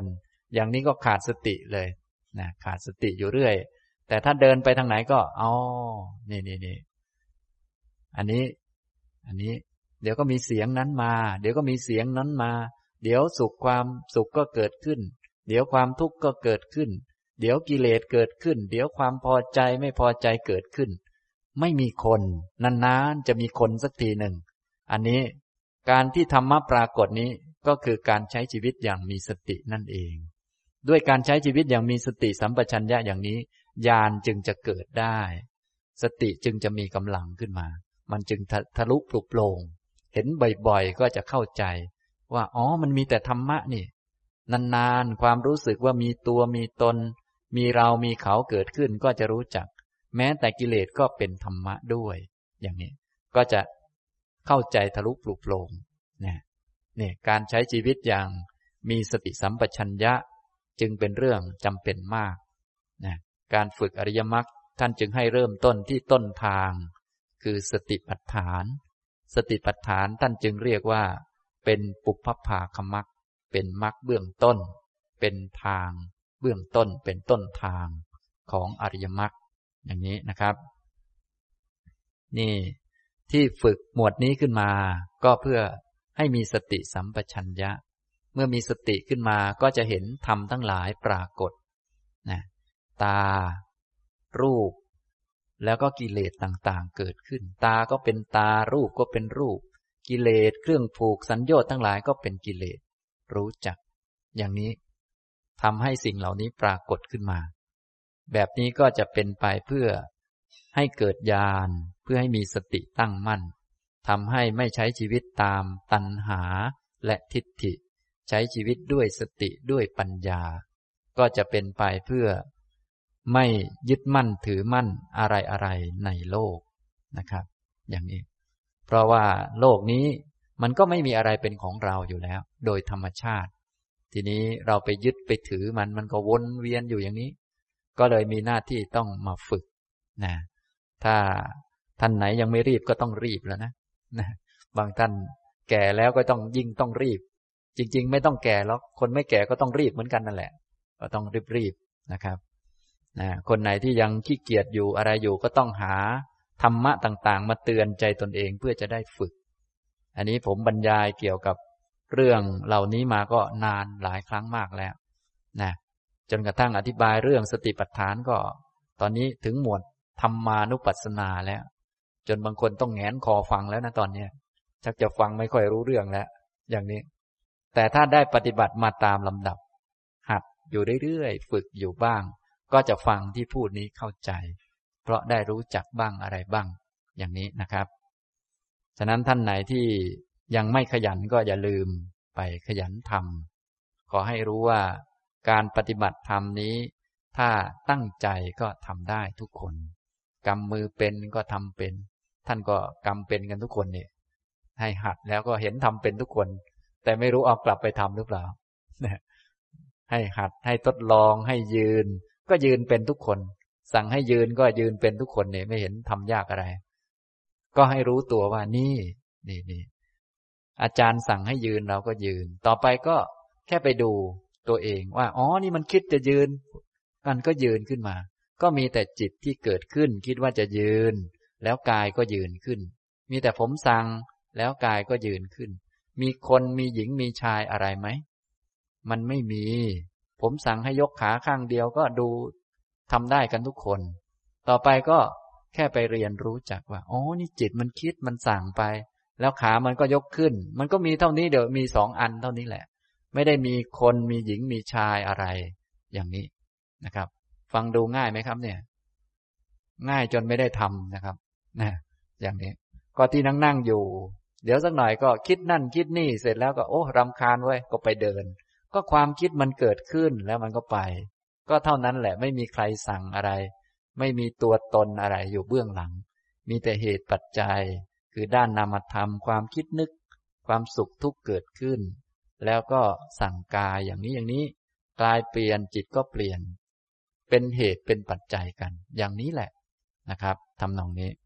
อย่างนี้ก็ขาดสติเลยนะขาดสติอยู่เรื่อยแต่ถ้าเดินไปทางไหนก็นี่อันนี้เดี๋ยวก็มีเสียงนั้นมาเดี๋ยวก็มีเสียงนั้นมาเดี๋ยวความสุขก็เกิดขึ้นเดี๋ยวความทุกข์ก็เกิดขึ้นเดี๋ยวกิเลสเกิดขึ้นเดี๋ยวความพอใจไม่พอใจเกิดขึ้นไม่มีคนนานๆจะมีคนสักทีหนึ่งอันนี้การที่ธรรมะปรากฏนี้ก็คือการใช้ชีวิตอย่างมีสตินั่นเองด้วยการใช้ชีวิตอย่างมีสติสัมปชัญญะอย่างนี้ญาณจึงจะเกิดได้สติจึงจะมีกำลังขึ้นมามันจึงทะลุปลุกโปร่งเห็นบ่อยๆก็จะเข้าใจว่ามันมีแต่ธรรมะนี่นานๆความรู้สึกว่ามีตัวมีตนมีเรามีเขาเกิดขึ้นก็จะรู้จักแม้แต่กิเลสก็เป็นธรรมะด้วยอย่างนี้ก็จะเข้าใจทะลุปลุกโปร่งเนี่ยการใช้ชีวิตอย่างมีสติสัมปชัญญะจึงเป็นเรื่องจำเป็นมากนะการฝึกอริยมรรคท่านจึงให้เริ่มต้นที่ต้นทางคือสติปัฏฐานสติปัฏฐานท่านจึงเรียกว่าเป็นปุพพภาคมรรคเป็นมรรคเบื้องต้นเป็นทางเบื้องต้นเป็นต้นทางของอริยมรรคอย่างนี้นะครับนี่ที่ฝึกหมวดนี้ขึ้นมาก็เพื่อให้มีสติสัมปชัญญะเมื่อมีสติขึ้นมาก็จะเห็นธรรมทั้งหลายปรากฏนะตารูปแล้วก็กิเลสต่างๆเกิดขึ้นตาก็เป็นตารูปก็เป็นรูปกิเลสเครื่องผูกสัญโยชน์ทั้งหลายก็เป็นกิเลสรู้จักอย่างนี้ทำให้สิ่งเหล่านี้ปรากฏขึ้นมาแบบนี้ก็จะเป็นไปเพื่อให้เกิดญาณเพื่อให้มีสติตั้งมั่นทำให้ไม่ใช้ชีวิตตามตัณหาและทิฏฐิใช้ชีวิตด้วยสติด้วยปัญญาก็จะเป็นไปเพื่อไม่ยึดมั่นถือมั่นอะไรๆในโลกนะครับอย่างนี้เพราะว่าโลกนี้มันก็ไม่มีอะไรเป็นของเราอยู่แล้วโดยธรรมชาติทีนี้เราไปยึดไปถือมันก็วนเวียนอยู่อย่างนี้ก็เลยมีหน้าที่ต้องมาฝึกนะถ้าท่านไหนยังไม่รีบก็ต้องรีบแล้วนะบางท่านแก่แล้วก็ต้องรีบจริงๆไม่ต้องแก่หรอกคนไม่แก่ก็ต้องรีบเหมือนกันนั่นแหละก็ต้องรีบนะครับคนไหนที่ยังขี้เกียจอยู่อะไรอยู่ก็ต้องหาธรรมะต่างๆมาเตือนใจตนเองเพื่อจะได้ฝึกอันนี้ผมบรรยายเกี่ยวกับเรื่องเหล่านี้มาก็นานหลายครั้งมากแล้วนะจนกระทั่งอธิบายเรื่องสติปัฏฐานก็ตอนนี้ถึงหมวดธรรมานุปัสสนาแล้วจนบางคนต้องแงนคอฟังแล้วนะตอนนี้ชักจะฟังไม่ค่อยรู้เรื่องแล้วอย่างนี้แต่ถ้าได้ปฏิบัติมาตามลำดับหัดอยู่เรื่อยๆฝึกอยู่บ้างก็จะฟังที่พูดนี้เข้าใจเพราะได้รู้จักบ้างอะไรบ้างอย่างนี้นะครับฉะนั้นท่านไหนที่ยังไม่ขยันก็อย่าลืมไปขยันทำขอให้รู้ว่าการปฏิบัติธรรมนี้ถ้าตั้งใจก็ทำได้ทุกคนกำมือเป็นก็ทำเป็นท่านก็กำเป็นกันทุกคนเนี่ยให้หัดแล้วก็เห็นทำเป็นทุกคนแต่ไม่รู้เอากลับไปทำหรือเปล่าให้หัดให้ทดลองให้ยืนก็ยืนเป็นทุกคนสั่งให้ยืนก็ยืนเป็นทุกคนเนี่ยไม่เห็นทำยากอะไรก็ให้รู้ตัวว่านี่อาจารย์สั่งให้ยืนเราก็ยืนต่อไปก็แค่ไปดูตัวเองว่านี่มันคิดจะยืนมันก็ยืนขึ้นมาก็มีแต่จิตที่เกิดขึ้นคิดว่าจะยืนแล้วกายก็ยืนขึ้นมีแต่ผมสั่งแล้วกายก็ยืนขึ้นมีคนมีหญิงมีชายอะไรไหมมันไม่มีผมสั่งให้ยกขาข้างเดียวก็ดูทำได้กันทุกคนต่อไปก็แค่ไปเรียนรู้จักว่านี่จิตมันคิดมันสั่งไปแล้วขามันก็ยกขึ้นมันก็มีเท่านี้เดี๋ยวมี2 อันเท่านี้แหละไม่ได้มีคนมีหญิงมีชายอะไรอย่างนี้นะครับฟังดูง่ายไหมครับเนี่ยง่ายจนไม่ได้ทำนะครับอย่างนี้ก็ที่นั่งอยู่เดี๋ยวสักหน่อยก็คิดนั่นคิดนี่เสร็จแล้วก็รำคาญไว้ก็ไปเดินก็ความคิดมันเกิดขึ้นแล้วมันก็ไปก็เท่านั้นแหละไม่มีใครสั่งอะไรไม่มีตัวตนอะไรอยู่เบื้องหลังมีแต่เหตุปัจจัยคือด้านนามธรรมความคิดนึกความสุขทุกข์เกิดขึ้นแล้วก็สั่งกายอย่างนี้กลายเปลี่ยนจิตก็เปลี่ยนเป็นเหตุเป็นปัจจัยกันอย่างนี้แหละนะครับทำนองนี้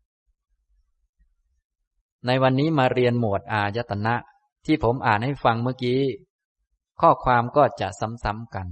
ในวันนี้มาเรียนหมวดอายตนะที่ผมอ่านให้ฟังเมื่อกี้ข้อความก็จะซ้ำๆกัน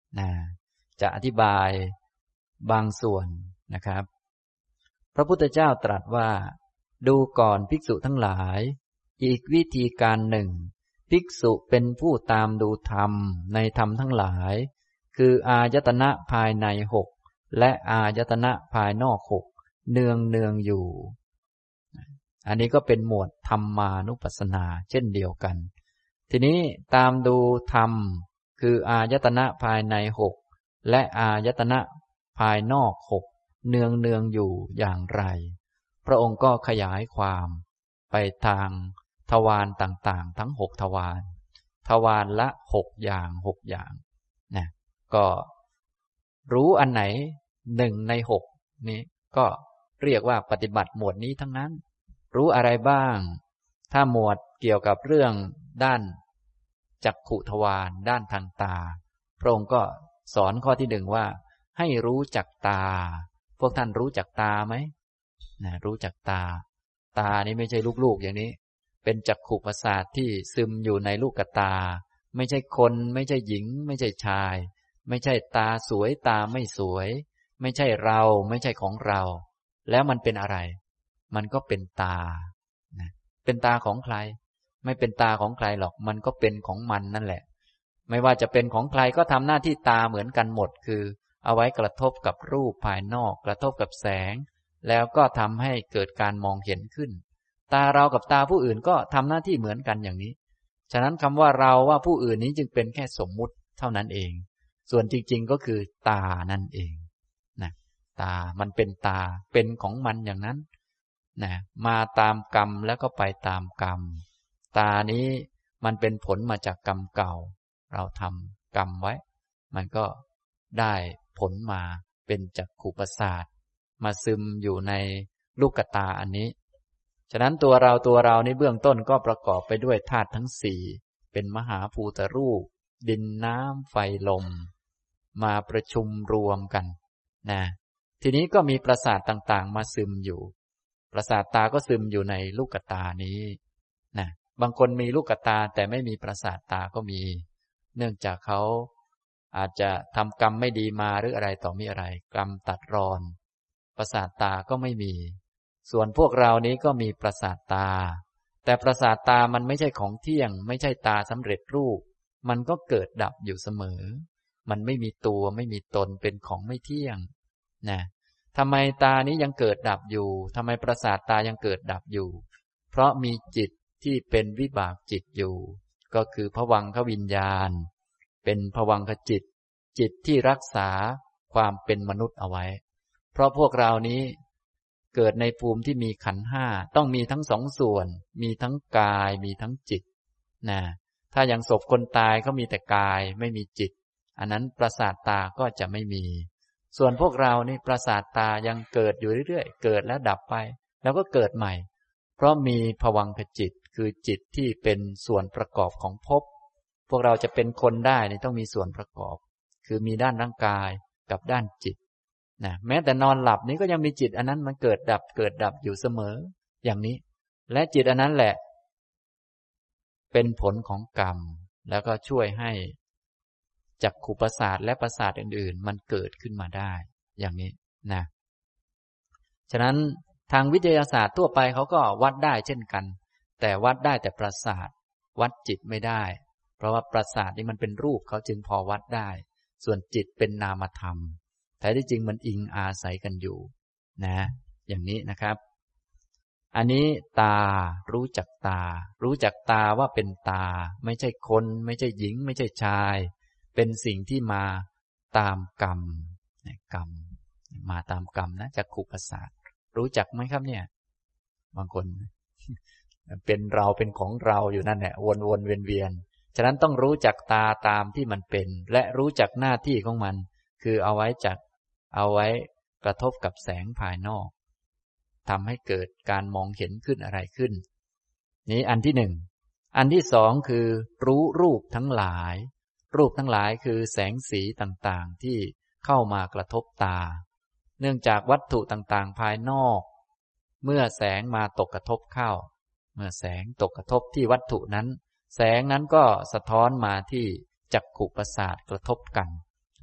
นะจะอธิบายบางส่วนนะครับพระพุทธเจ้าตรัสว่าดูก่อนภิกษุทั้งหลายอีกวิธีการหนึ่งภิกษุเป็นผู้ตามดูธรรมในธรรมทั้งหลายคืออายตนะภายในหกและอายตนะภายนอกหกเนืองอยู่อันนี้ก็เป็นหมวดธรรมานุปัสสนาเช่นเดียวกันทีนี้ตามดูธรรมคืออายตนะภายในหกและอายตนะภายนอกหกเนืองอยู่อย่างไรพระองค์ก็ขยายความไปทางทวารต่างๆทั้งหกทวารละ6 อย่างนะก็รู้อันไหน1 ใน 6นี้ก็เรียกว่าปฏิบัติหมวดนี้ทั้งนั้นรู้อะไรบ้างถ้าหมวดเกี่ยวกับเรื่องด้านจักขุทวารด้านทางตาพระองค์ก็สอนข้อที่1ว่าให้รู้จักตาพวกท่านรู้จักตาไหมนะรู้จักตานี้ไม่ใช่ลูกๆอย่างนี้เป็นจักขุประสาทที่ซึมอยู่ในลูกตาไม่ใช่คนไม่ใช่หญิงไม่ใช่ชายไม่ใช่ตาสวยตาไม่สวยไม่ใช่เราไม่ใช่ของเราแล้วมันเป็นอะไรมันก็เป็นตานะเป็นตาของใครไม่เป็นตาของใครหรอกมันก็เป็นของมันนั่นแหละไม่ว่าจะเป็นของใครก็ทำหน้าที่ตาเหมือนกันหมดคือเอาไว้กระทบกับรูปภายนอกกระทบกับแสงแล้วก็ทำให้เกิดการมองเห็นขึ้นตาเรากับตาผู้อื่นก็ทำหน้าที่เหมือนกันอย่างนี้ฉะนั้นคำว่าเราว่าผู้อื่นนี้จึงเป็นแค่สมมุติเท่านั้นเองส่วนจริงๆก็คือตานั่นเองนะตามันเป็นตาเป็นของมันอย่างนั้นนะมาตามกรรมแล้วก็ไปตามกรรมตานี้มันเป็นผลมาจากกรรมเก่าเราทำกรรมไว้มันก็ได้ผลมาเป็นจักขุประสาทมาซึมอยู่ในลูกตาอันนี้ฉะนั้นตัวเราในเบื้องต้นก็ประกอบไปด้วยธาตุทั้งสี่เป็นมหาภูตรูปดินน้ำไฟลมมาประชุมรวมกันนะทีนี้ก็มีประสาทต่างๆมาซึมอยู่ประสาทตาก็ซึมอยู่ในลูกตานี้นะบางคนมีลูกตาแต่ไม่มีประสาทตาก็มีเนื่องจากเขาอาจจะทำกรรมไม่ดีมาหรืออะไรต่อมีอะไรกรรมตัดรอนประสาทตาก็ไม่มีส่วนพวกเรานี้ก็มีประสาทตาแต่ประสาทตามันไม่ใช่ของเที่ยงไม่ใช่ตาสำเร็จรูปมันก็เกิดดับอยู่เสมอมันไม่มีตัวไม่มีตนเป็นของไม่เที่ยงนะทำไมตานี้ยังเกิดดับอยู่ทำไมประสาทตายังเกิดดับอยู่เพราะมีจิตที่เป็นวิบากจิตอยู่ก็คือภวังควิญญาณเป็นภวังคจิตจิตที่รักษาความเป็นมนุษย์เอาไว้เพราะพวกเรานี้เกิดในภูมิที่มีขันธ์ห้าต้องมีทั้งสองส่วนมีทั้งกายมีทั้งจิตนะถ้าอย่างศพคนตายเขามีแต่กายไม่มีจิตอันนั้นประสาทตาก็จะไม่มีส่วนพวกเรานี่ประสาทตายังเกิดอยู่เรื่อยๆเกิดแล้วดับไปแล้วก็เกิดใหม่เพราะมีภวังคจิตคือจิตที่เป็นส่วนประกอบของภพพวกเราจะเป็นคนได้นี่ต้องมีส่วนประกอบคือมีด้านร่างกายกับด้านจิตนะแม้แต่นอนหลับนี้ก็ยังมีจิตอันนั้นมันเกิดดับอยู่เสมออย่างนี้และจิตอันนั้นแหละเป็นผลของกรรมแล้วก็ช่วยให้จักขุประสาทและประสาทอื่นๆมันเกิดขึ้นมาได้อย่างนี้นะฉะนั้นทางวิทยาศาสตร์ทั่วไปเขาก็วัดได้เช่นกันแต่วัดได้แต่ประสาทวัดจิตไม่ได้เพราะว่าประสาทนี่มันเป็นรูปเขาจึงพอวัดได้ส่วนจิตเป็นนามธรรมแต่ที่จริงมันอิงอาศัยกันอยู่นะอย่างนี้นะครับอันนี้ตารู้จักตาว่าเป็นตาไม่ใช่คนไม่ใช่หญิงไม่ใช่ชายเป็นสิ่งที่มาตามกรรมมาตามกรรมนะจักขุประสาทรู้จักไหมครับเนี่ยบางคนเป็นเราเป็นของเราอยู่นั่นแหละวนๆเวียนๆฉะนั้นต้องรู้จักตาตามที่มันเป็นและรู้จักหน้าที่ของมันคือเอาไว้กระทบกับแสงภายนอกทำให้เกิดการมองเห็นขึ้นอะไรขึ้นนี้อันที่หนึ่งอันที่สองคือรู้รูปทั้งหลายคือแสงสีต่างๆที่เข้ามากระทบตาเนื่องจากวัตถุต่างๆภายนอกเมื่อแสงมาตกกระทบเข้าเมื่อแสงตกกระทบที่วัตถุนั้นแสงนั้นก็สะท้อนมาที่จักขุประสาทกระทบกัน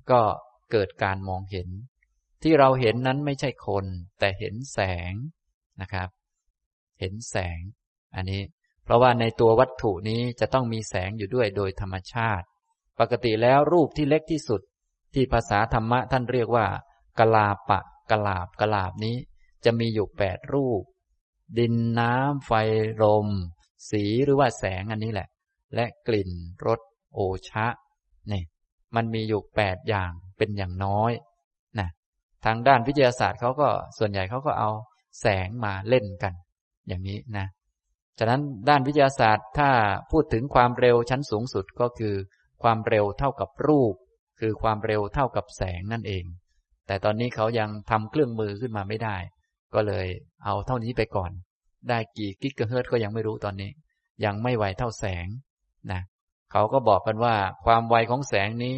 ก็เกิดการมองเห็นที่เราเห็นนั้นไม่ใช่คนแต่เห็นแสงนะครับเห็นแสงอันนี้เพราะว่าในตัววัตถุนี้จะต้องมีแสงอยู่ด้วยโดยธรรมชาติปกติแล้วรูปที่เล็กที่สุดที่ภาษาธรรมะท่านเรียกว่ากลาปะกลาบนี้จะมีอยู่8รูปดินน้ำไฟลมสีหรือว่าแสงอันนี้แหละและกลิ่นรสโอชะนี่มันมีอยู่8อย่างเป็นอย่างน้อยนะทางด้านวิทยาศาสตร์เขาก็ส่วนใหญ่เขาก็เอาแสงมาเล่นกันอย่างนี้นะฉะนั้นด้านวิทยาศาสตร์ถ้าพูดถึงความเร็วชั้นสูงสุดก็คือความเร็วเท่ากับรูปคือความเร็วเท่ากับแสงนั่นเองแต่ตอนนี้เขายังทำเครื่องมือขึ้นมาไม่ได้ก็เลยเอาเท่านี้ไปก่อนได้กี่กิกะเฮิรตซ์ก็ยังไม่รู้ตอนนี้ยังไม่ไวเท่าแสงนะเขาก็บอกกันว่าความไวของแสงนี้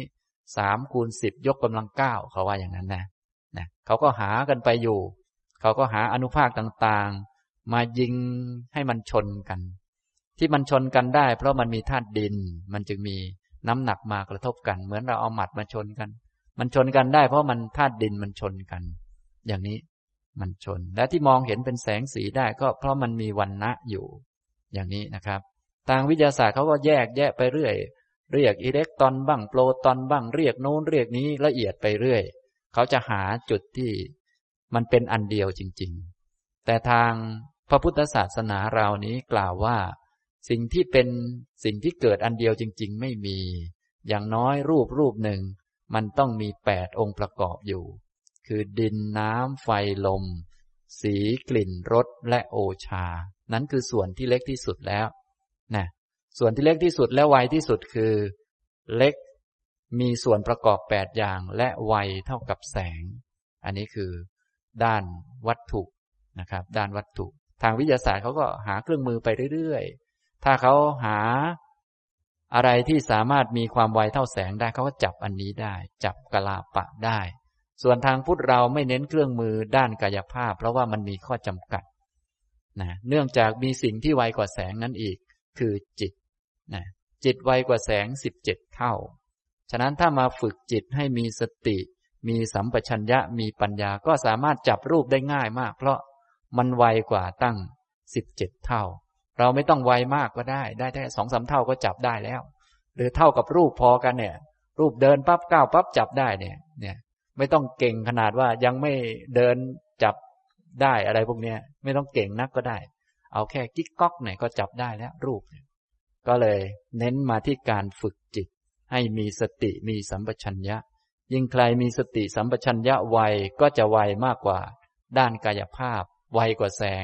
3 คูณ 10 ยกกำลัง 9เขาว่าอย่างนั้นนะเขาก็หากันไปอยู่เขาก็หาอนุภาคต่างๆมายิงให้มันชนกันที่มันชนกันได้เพราะมันมีธาตุดินมันจึงมีน้ำหนักมากระทบกันเหมือนเราเอาหมัดมาชนกันมันชนกันได้เพราะมันธาตุดินมันชนกันอย่างนี้มันชนและที่มองเห็นเป็นแสงสีได้ก็เพราะมันมีวรรณะอยู่อย่างนี้นะครับทางวิทยาศาสตร์เขาก็แยกแยะไปเรื่อยเรียกอิเล็กตรอนบ้างโปรตอนบ้างเรียกโน้นเรียกนี้ละเอียดไปเรื่อยเขาจะหาจุดที่มันเป็นอันเดียวจริงๆแต่ทางพระพุทธศาสนาเรานี้กล่าวว่าสิ่งที่เป็นสิ่งที่เกิดอันเดียวจริงๆไม่มีอย่างน้อยรูปหนึ่งมันต้องมี8 องค์ประกอบอยู่คือดินน้ำไฟลมสีกลิ่นรสและโอชานั้นคือส่วนที่เล็กที่สุดแล้วนะส่วนที่เล็กที่สุดและไวที่สุดคือเล็กมีส่วนประกอบ8 อย่างและไวเท่ากับแสงอันนี้คือด้านวัตถุนะครับด้านวัตถุทางวิทยาศาสตร์เขาก็หาเครื่องมือไปเรื่อยๆถ้าเขาหาอะไรที่สามารถมีความไวเท่าแสงได้เขาก็จับอันนี้ได้จับกลาปะได้ส่วนทางพุทธเราไม่เน้นเครื่องมือด้านกายภาพเพราะว่ามันมีข้อจำกัดนะเนื่องจากมีสิ่งที่ไวกว่าแสงนั้นอีกคือจิตนะจิตไวกว่าแสง17 เท่าฉะนั้นถ้ามาฝึกจิตให้มีสติมีสัมปชัญญะมีปัญญาก็สามารถจับรูปได้ง่ายมากเพราะมันไวกว่าตั้ง17 เท่าเราไม่ต้องไวมากก็ได้แค่2-3 เท่าก็จับได้แล้วหรือเท่ากับรูปพอกันเนี่ยรูปเดินปั๊บก้าวปั๊บจับได้เนี่ยไม่ต้องเก่งขนาดว่ายังไม่เดินจับได้อะไรพวกนี้ไม่ต้องเก่งนักก็ได้เอาแค่กิ๊กก๊อกเนี่ยก็จับได้แล้วรูปก็เลยเน้นมาที่การฝึกจิตให้มีสติมีสัมปชัญญะยิ่งใครมีสติสัมปชัญญะไวก็จะไวมากกว่าด้านกายภาพไวกว่าแสง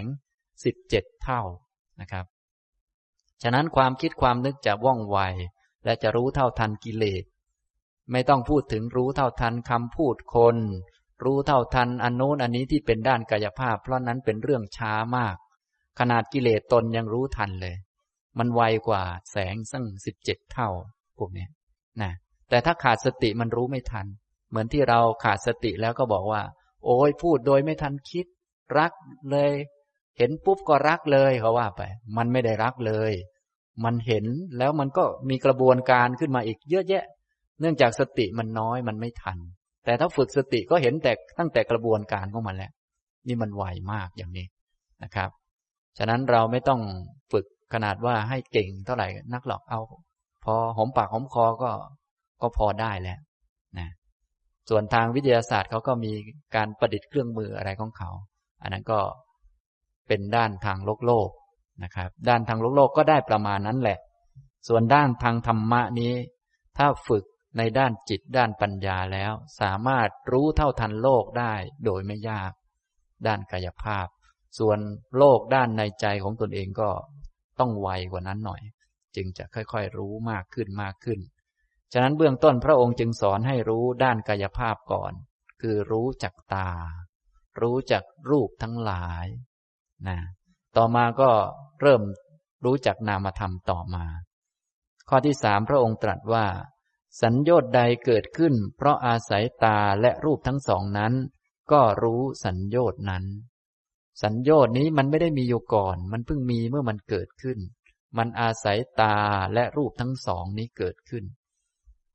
17 เท่านะครับฉะนั้นความคิดความนึกจะว่องไวและจะรู้เท่าทันกิเลสไม่ต้องพูดถึงรู้เท่าทันคำพูดคนรู้เท่าทันอันโน้นอันนี้ที่เป็นด้านกายภาพเพราะนั้นเป็นเรื่องช้ามากขนาดกิเลสตนยังรู้ทันเลยมันไวกว่าแสงตั้ง17 เท่าพวกนี้นะแต่ถ้าขาดสติมันรู้ไม่ทันเหมือนที่เราขาดสติแล้วก็บอกว่าโอ้ยพูดโดยไม่ทันคิดรักเลยเห็นปุ๊บก็รักเลยเขาว่าไปมันไม่ได้รักเลยมันเห็นแล้วมันก็มีกระบวนการขึ้นมาอีกเยอะแยะเนื่องจากสติมันน้อยมันไม่ทันแต่ถ้าฝึกสติก็เห็นแต่ตั้งแต่กระบวนการของมันแล้วนี่มันไวมากอย่างนี้นะครับฉะนั้นเราไม่ต้องฝึกขนาดว่าให้เก่งเท่าไหร่นักหรอกเอาพอหอมปากหอมคอก็พอได้แล้วนะส่วนทางวิทยาศาสตร์เขาก็มีการประดิษฐ์เครื่องมืออะไรของเขาอันนั้นก็เป็นด้านทางโลกนะครับด้านทางโลกก็ได้ประมาณนั้นแหละส่วนด้านทางธรรมะนี้ถ้าฝึกในด้านจิตด้านปัญญาแล้วสามารถรู้เท่าทันโลกได้โดยไม่ยากด้านกายภาพส่วนโลกด้านในใจของตนเองก็ต้องไวกว่านั้นหน่อยจึงจะค่อยๆรู้มากขึ้นฉะนั้นเบื้องต้นพระองค์จึงสอนให้รู้ด้านกายภาพก่อนคือรู้จักตารู้จักรูปทั้งหลายนะต่อมาก็เริ่มรู้จักนามธรรมต่อมาข้อที่3พระองค์ตรัสว่าสัญโยชน์ใดเกิดขึ้นเพราะอาศัยตาและรูปทั้งสองนั้นก็รู้สัญโยชน์นั้นสัญโยชน์นี้มันไม่ได้มีอยู่ก่อนมันเพิ่งมีเมื่อมันเกิดขึ้นมันอาศัยตาและรูปทั้งสองนี้เกิดขึ้น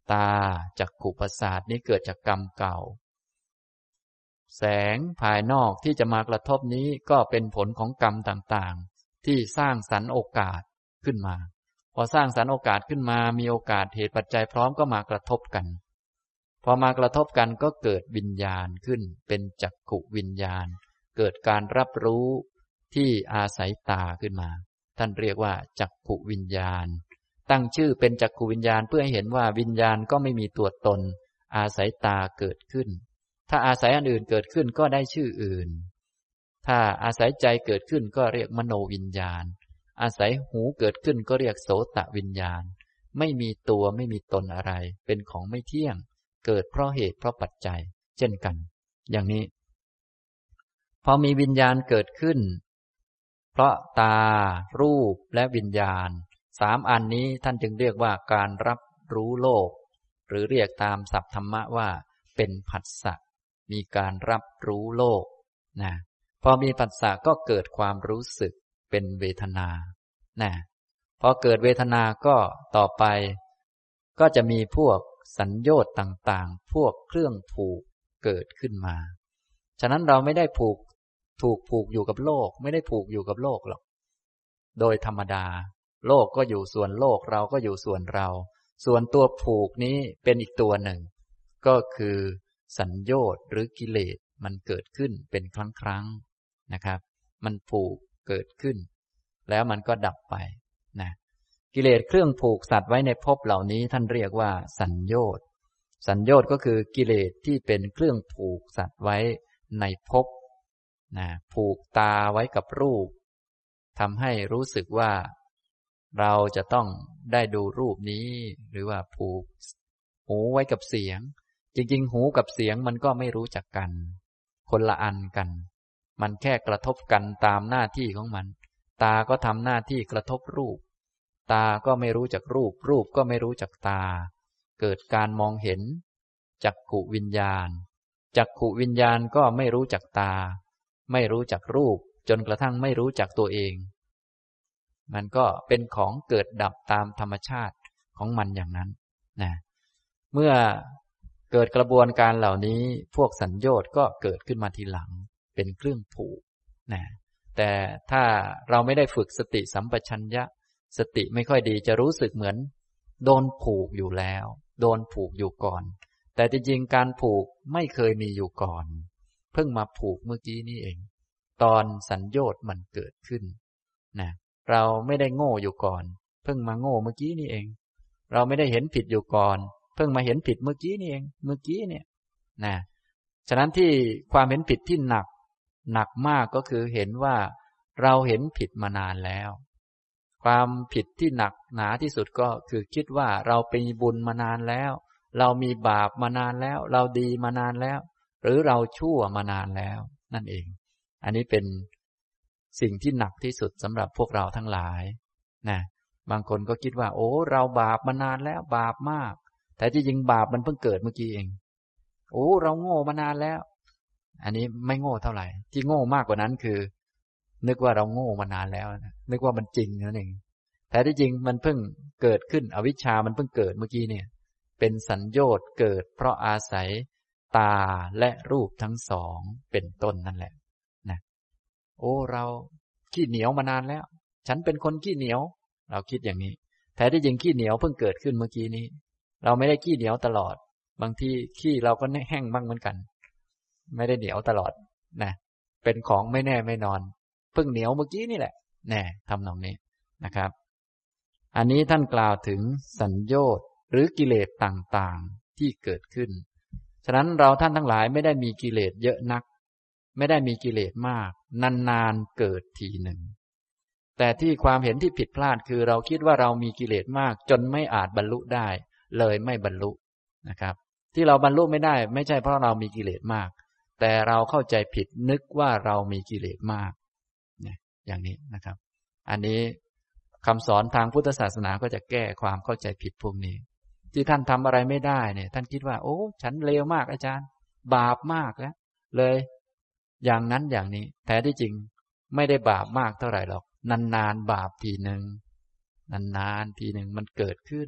ตาจักขุประสาทนี้เกิดจากกรรมเก่าแสงภายนอกที่จะมากระทบนี้ก็เป็นผลของกรรมต่างๆที่สร้างสรรค์โอกาสขึ้นมาพอสร้างสรรค์โอกาสขึ้นมามีโอกาสเหตุปัจจัยพร้อมก็มากระทบกันพอมากระทบกันก็เกิดวิญญาณขึ้นเป็นจักขุวิญญาณเกิดการรับรู้ที่อาศัยตาขึ้นมาท่านเรียกว่าจักขุวิญญาณตั้งชื่อเป็นจักขุวิญญาณเพื่อให้เห็นว่าวิญญาณก็ไม่มีตัวตนอาศัยตาเกิดขึ้นถ้าอาศัยอันอื่นเกิดขึ้นก็ได้ชื่ออื่นถ้าอาศัยใจเกิดขึ้นก็เรียกมโนวิญญาณอาศัยหูเกิดขึ้นก็เรียกโสตวิญญาณไม่มีตัวไม่มีตนอะไรเป็นของไม่เที่ยงเกิดเพราะเหตุเพราะปัจจัยเช่นกันอย่างนี้พอมีวิญญาณเกิดขึ้นเพราะตารูปและวิญญาณสามอันนี้ท่านจึงเรียกว่าการรับรู้โลกหรือเรียกตามศัพท์ธรรมะว่าเป็นผัสสะมีการรับรู้โลกนะพอมีผัสสะก็เกิดความรู้สึกเป็นเวทนานะพอเกิดเวทนาก็ต่อไปก็จะมีพวกสัญโยชน์ต่างๆพวกเครื่องผูกเกิดขึ้นมาฉะนั้นเราไม่ได้ถูกผูกอยู่กับโลกไม่ได้ผูกอยู่กับโลกหรอกโดยธรรมดาโลกก็อยู่ส่วนโลกเราก็อยู่ส่วนเราส่วนตัวผูกนี้เป็นอีกตัวหนึ่งก็คือสัญโยชน์หรือกิเลสมันเกิดขึ้นเป็นครั้งๆนะครับมันผูกเกิดขึ้นแล้วมันก็ดับไปนะกิเลสเครื่องผูกสัตว์ไว้ในภพเหล่านี้ท่านเรียกว่าสัญโยชน์สัญโยชน์ก็คือกิเลสที่เป็นเครื่องผูกสัตว์ไว้ในภพนะผูกตาไว้กับรูปทำให้รู้สึกว่าเราจะต้องได้ดูรูปนี้หรือว่าผูกหูไว้กับเสียงจริงๆหูกับเสียงมันก็ไม่รู้จักกันคนละอันกันมันแค่กระทบกันตามหน้าที่ของมันตาก็ทำหน้าที่กระทบรูปตาก็ไม่รู้จักรูปรูปก็ไม่รู้จักตาเกิดการมองเห็นจักขุวิญญาณจักขุวิญญาณก็ไม่รู้จักตาไม่รู้จักรูปจนกระทั่งไม่รู้จักตัวเองมันก็เป็นของเกิดดับตามธรรมชาติของมันอย่างนั้นนะเมื่อเกิดกระบวนการเหล่านี้พวกสัญโยชน์ก็เกิดขึ้นมาทีหลังเป็นเครื่องผูกนะแต่ถ้าเราไม่ได้ฝึกสติสัมปชัญญะสติไม่ค่อยดีจะรู้สึกเหมือนโดนผูกอยู่แล้วโดนผูกอยู่ก่อนแต่จริงๆการผูกไม่เคยมีอยู่ก่อนเพิ่งมาผูกเมื่อกี้นี่เองตอนสัญโยชน์มันเกิดขึ้นนะเราไม่ได้โง่อยู่ก่อนเพิ่งมาโง่เมื่อกี้นี่เองเราไม่ได้เห็นผิดอยู่ก่อนเพิ่งมาเห็นผิดเมื่อกี้นี่เองเมื่อกี้เนี่ยนะฉะนั้นที่ความเห็นผิดที่หนักมากก็คือเห็นว่าเราเห็นผิดมานานแล้วความผิดที่หนักหนาที่สุดก็คือคิดว่าเราเป็นบุญมานานแล้วเรามีบาปมานานแล้วเราดีมานานแล้วหรือเราชั่วมานานแล้วนั่นเองอันนี้เป็นสิ่งที่หนักที่สุดสำหรับพวกเราทั้งหลายนะบางคนก็คิดว่าโอ้เราบาปมานานแล้วบาปมากแต่ที่จริงบาปมันเพิ่งเกิดเมื่อกี้เองโอ้เราโง่มานานแล้วอันนี้ไม่โง่เท่าไหร่ที่โง่มากกว่านั้นคือนึกว่าเราโง่มานานแล้วนะนึกว่ามันจริงนั่นเองแต่ที่จริงมันเพิ่งเกิดขึ้นอวิชชามันเพิ่งเกิดเมื่อกี้เนี่ยเป็นสัญโยชน์เกิดเพราะอาศัยตาและรูปทั้งสองเป็นต้นนั่นแหละนะโอ้เราขี้เหนียวมานานแล้วฉันเป็นคนขี้เหนียวเราคิดอย่างนี้แต่ที่จริงขี้เหนียวเพิ่งเกิดขึ้นเมื่อกี้นี้เราไม่ได้ขี้เหนียวตลอดบางทีขี้เราก็แห้งบ้างเหมือนกันไม่ได้เหนียวตลอดนะเป็นของไม่แน่ไม่นอนเพิ่งเหนียวเมื่อกี้นี่แหละแน่ทำนองนี้นะครับอันนี้ท่านกล่าวถึงสัญโยชน์หรือกิเลสต่างๆที่เกิดขึ้นฉะนั้นเราท่านทั้งหลายไม่ได้มีกิเลสเยอะนักไม่ได้มีกิเลสมากนานๆเกิดทีหนึ่งแต่ที่ความเห็นที่ผิดพลาดคือเราคิดว่าเรามีกิเลสมากจนไม่อาจบรรลุได้เลยไม่บรรลุนะครับที่เราบรรลุไม่ได้ไม่ใช่เพราะเรามีกิเลสมากแต่เราเข้าใจผิดนึกว่าเรามีกิเลสมากเนี่ยอย่างนี้นะครับอันนี้คำสอนทางพุทธศาสนาก็จะแก้ความเข้าใจผิดพวกนี้ที่ท่านทำอะไรไม่ได้เนี่ยท่านคิดว่าโอ้ฉันเลวมากอาจารย์บาปมากแล้วเลยอย่างนั้นอย่างนี้แท้ที่จริงไม่ได้บาปมากเท่าไหร่หรอกนานๆบาปทีหนึ่งนานๆทีหนึ่งมันเกิดขึ้น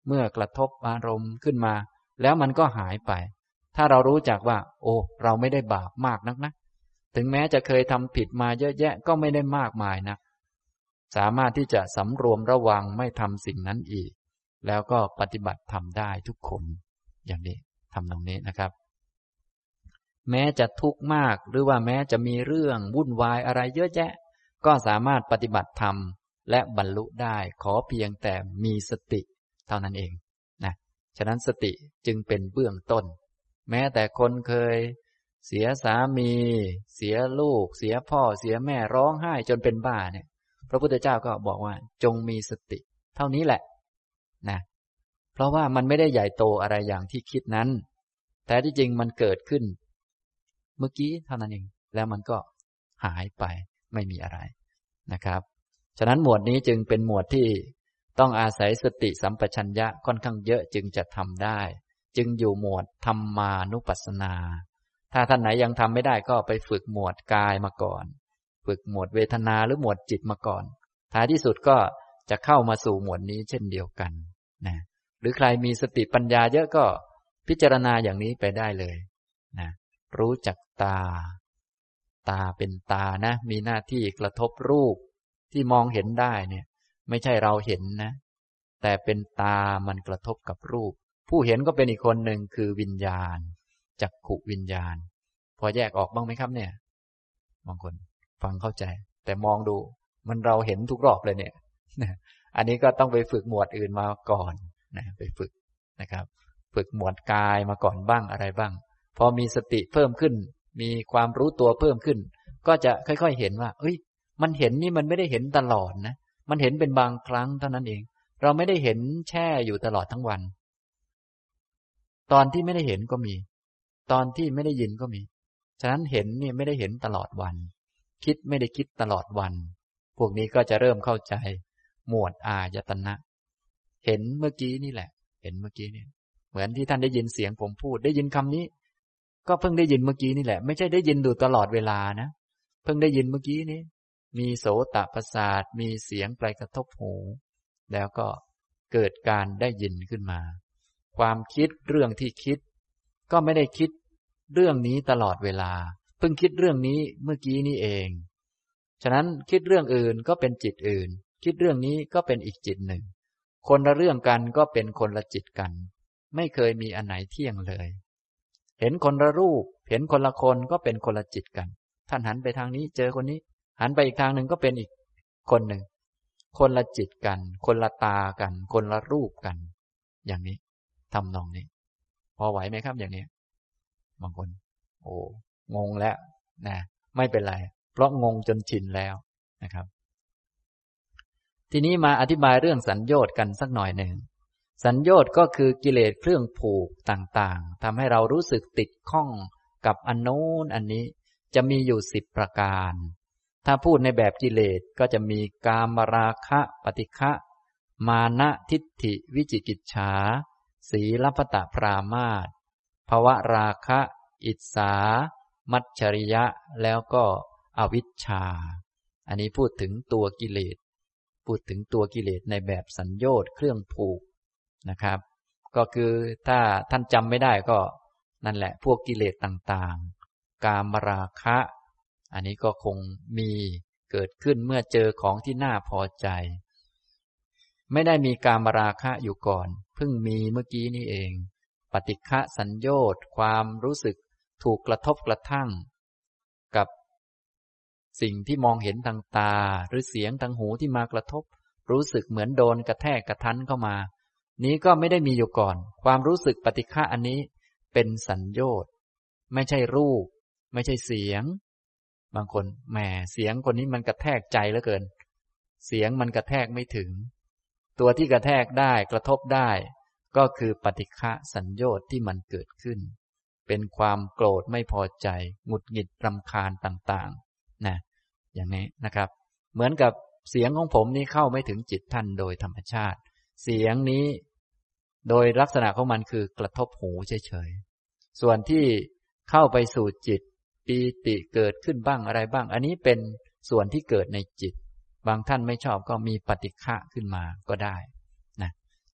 เมื่อกระทบอารมณ์ขึ้นมาแล้วมันก็หายไปถ้าเรารู้จักว่าโอ้เราไม่ได้บาปมากนักนะถึงแม้จะเคยทำผิดมาเยอะแยะก็ไม่ได้มากมายนะสามารถที่จะสำรวมระวังไม่ทำสิ่งนั้นอีกแล้วก็ปฏิบัติทำได้ทุกคนอย่างนี้ทำตรงนี้นะครับแม้จะทุกข์มากหรือว่าแม้จะมีเรื่องวุ่นวายอะไรเยอะแยะก็สามารถปฏิบัติธรรมและบรรลุได้ขอเพียงแต่มีสติเท่านั้นเองนะฉะนั้นสติจึงเป็นเบื้องต้นแม้แต่คนเคยเสียสามีเสียลูกเสียพ่อเสียแม่ร้องไห้จนเป็นบ้าเนี่ยพระพุทธเจ้าก็บอกว่าจงมีสติเท่านี้แหละนะเพราะว่ามันไม่ได้ใหญ่โตอะไรอย่างที่คิดนั้นแต่ที่จริงมันเกิดขึ้นเมื่อกี้เท่านั้นเองแล้วมันก็หายไปไม่มีอะไรนะครับฉะนั้นหมวดนี้จึงเป็นหมวดที่ต้องอาศัยสติสัมปชัญญะค่อนข้างเยอะจึงจะทำได้จึงอยู่หมวดธรรมานุปัสสนาถ้าท่านไหนยังทำไม่ได้ก็ไปฝึกหมวดกายมาก่อนฝึกหมวดเวทนาหรือหมวดจิตมาก่อนท้ายที่สุดก็จะเข้ามาสู่หมวดนี้เช่นเดียวกันนะหรือใครมีสติปัญญาเยอะก็พิจารณาอย่างนี้ไปได้เลยนะรู้จักตาเป็นตานะมีหน้าที่กระทบรูปที่มองเห็นได้เนี่ยไม่ใช่เราเห็นนะแต่เป็นตามันกระทบกับรูปผู้เห็นก็เป็นอีกคนหนึ่งคือวิญญาณจักขุวิญญาณพอแยกออกบ้างไหมครับเนี่ยบางคนฟังเข้าใจแต่มองดูมันเราเห็นทุกรอบเลยเนี่ยอันนี้ก็ต้องไปฝึกหมวดอื่นมาก่อนนะไปฝึกนะครับฝึกหมวดกายมาก่อนบ้างอะไรบ้างพอมีสติเพิ่มขึ้นมีความรู้ตัวเพิ่มขึ้นก็จะค่อยๆเห็นว่าเอ้ยมันเห็นนี่มันไม่ได้เห็นตลอดนะมันเห็นเป็นบางครั้งเท่านั้นเองเราไม่ได้เห็นแช่อยู่ตลอดทั้งวันตอนที่ไม่ได้เห็นก็มีตอนที่ไม่ได้ยินก็มีฉะนั้นเห็นนี่ไม่ได้เห็นตลอดวันคิดไม่ได้คิดตลอดวันพวกนี้ก็จะเริ่มเข้าใจหมวดอายตนะเห็นเมื่อกี้นี่แหละเห็นเมื่อกี้นี่เหมือนที่ท่านได้ยินเสียงผมพูดได้ยินคำนี้ก็เพิ่งได้ยินเมื่อกี้นี่แหละไม่ใช่ได้ยินดูตลอดเวลานะเพิ่งได้ยินเมื่อกี้นี้มีโสตประสาทมีเสียงไปกระทบหูแล้วก็เกิดการได้ยินขึ้นมาความคิดเรื่องที่คิดก็ไม่ได้คิดเรื่องนี้ตลอดเวลาเพิ่งคิดเรื่องนี้เมื่อกี้นี่เองฉะนั้นคิดเรื่องอื่นก็เป็นจิตอื่นคิดเรื่องนี้ก็เป็นอีกจิตหนึ่งคนละเรื่องกันก็เป็นคนละจิตกันไม่เคยมีอันไหนเที่ยงเลยเห็นคนละรูปเห็นคนละคนก็เป็นคนละจิตกันท่านหันไปทางนี้เจอคนนี้หันไปอีกทางหนึ่งก็เป็นอีกคนหนึ่งคนละจิตกันคนละตากันคนละรูปกันอย่างนี้ทำนองนี้พอไหวไหมครับอย่างนี้บางคนโอ้งงแล้วนะไม่เป็นไรเพราะงงจนชินแล้วนะครับทีนี้มาอธิบายเรื่องสัญโยชน์กันสักหน่อยหนึ่งสัญโยชน์ก็คือกิเลสเครื่องผูกต่างๆทำให้เรารู้สึกติดข้องกับอันโน้นอันนี้จะมีอยู่10ประการถ้าพูดในแบบกิเลสก็จะมีกามราคะปฏิฆะมานะทิฏฐิวิจิกิจฉาสีลพตปรามาสภวราคะอิจฉามัจฉริยะแล้วก็อวิชชาอันนี้พูดถึงตัวกิเลสพูดถึงตัวกิเลสในแบบสัญโยชน์เครื่องผูกนะครับก็คือถ้าท่านจำไม่ได้ก็นั่นแหละพวกกิเลสต่างๆกามราคะอันนี้ก็คงมีเกิดขึ้นเมื่อเจอของที่น่าพอใจไม่ได้มีกามราคะอยู่ก่อนเพิ่งมีเมื่อกี้นี่เองปฏิฆะสัญโยชน์ความรู้สึกถูกกระทบกระทั่งกับสิ่งที่มองเห็นทางตาหรือเสียงทางหูที่มากระทบรู้สึกเหมือนโดนกระแทกกระทันเข้ามานี้ก็ไม่ได้มีอยู่ก่อนความรู้สึกปฏิฆะอันนี้เป็นสัญโยชน์ไม่ใช่รูปไม่ใช่เสียงบางคนแหมเสียงคนนี้มันกระแทกใจเหลือเกินเสียงมันกระแทกไม่ถึงตัวที่กระแทกได้กระทบได้ก็คือปฏิฆะสัญโยชน์ที่มันเกิดขึ้นเป็นความโกรธไม่พอใจหงุดหงิดรำคาญต่างๆนะอย่างนี้นะครับเหมือนกับเสียงของผมนี่เข้าไม่ถึงจิตท่านโดยธรรมชาติเสียงนี้โดยลักษณะของมันคือกระทบหูเฉยๆส่วนที่เข้าไปสู่จิตปีติเกิดขึ้นบ้างอะไรบ้างอันนี้เป็นส่วนที่เกิดในจิตบางท่านไม่ชอบก็มีปฏิฆะขึ้นมาก็ได้นะฉ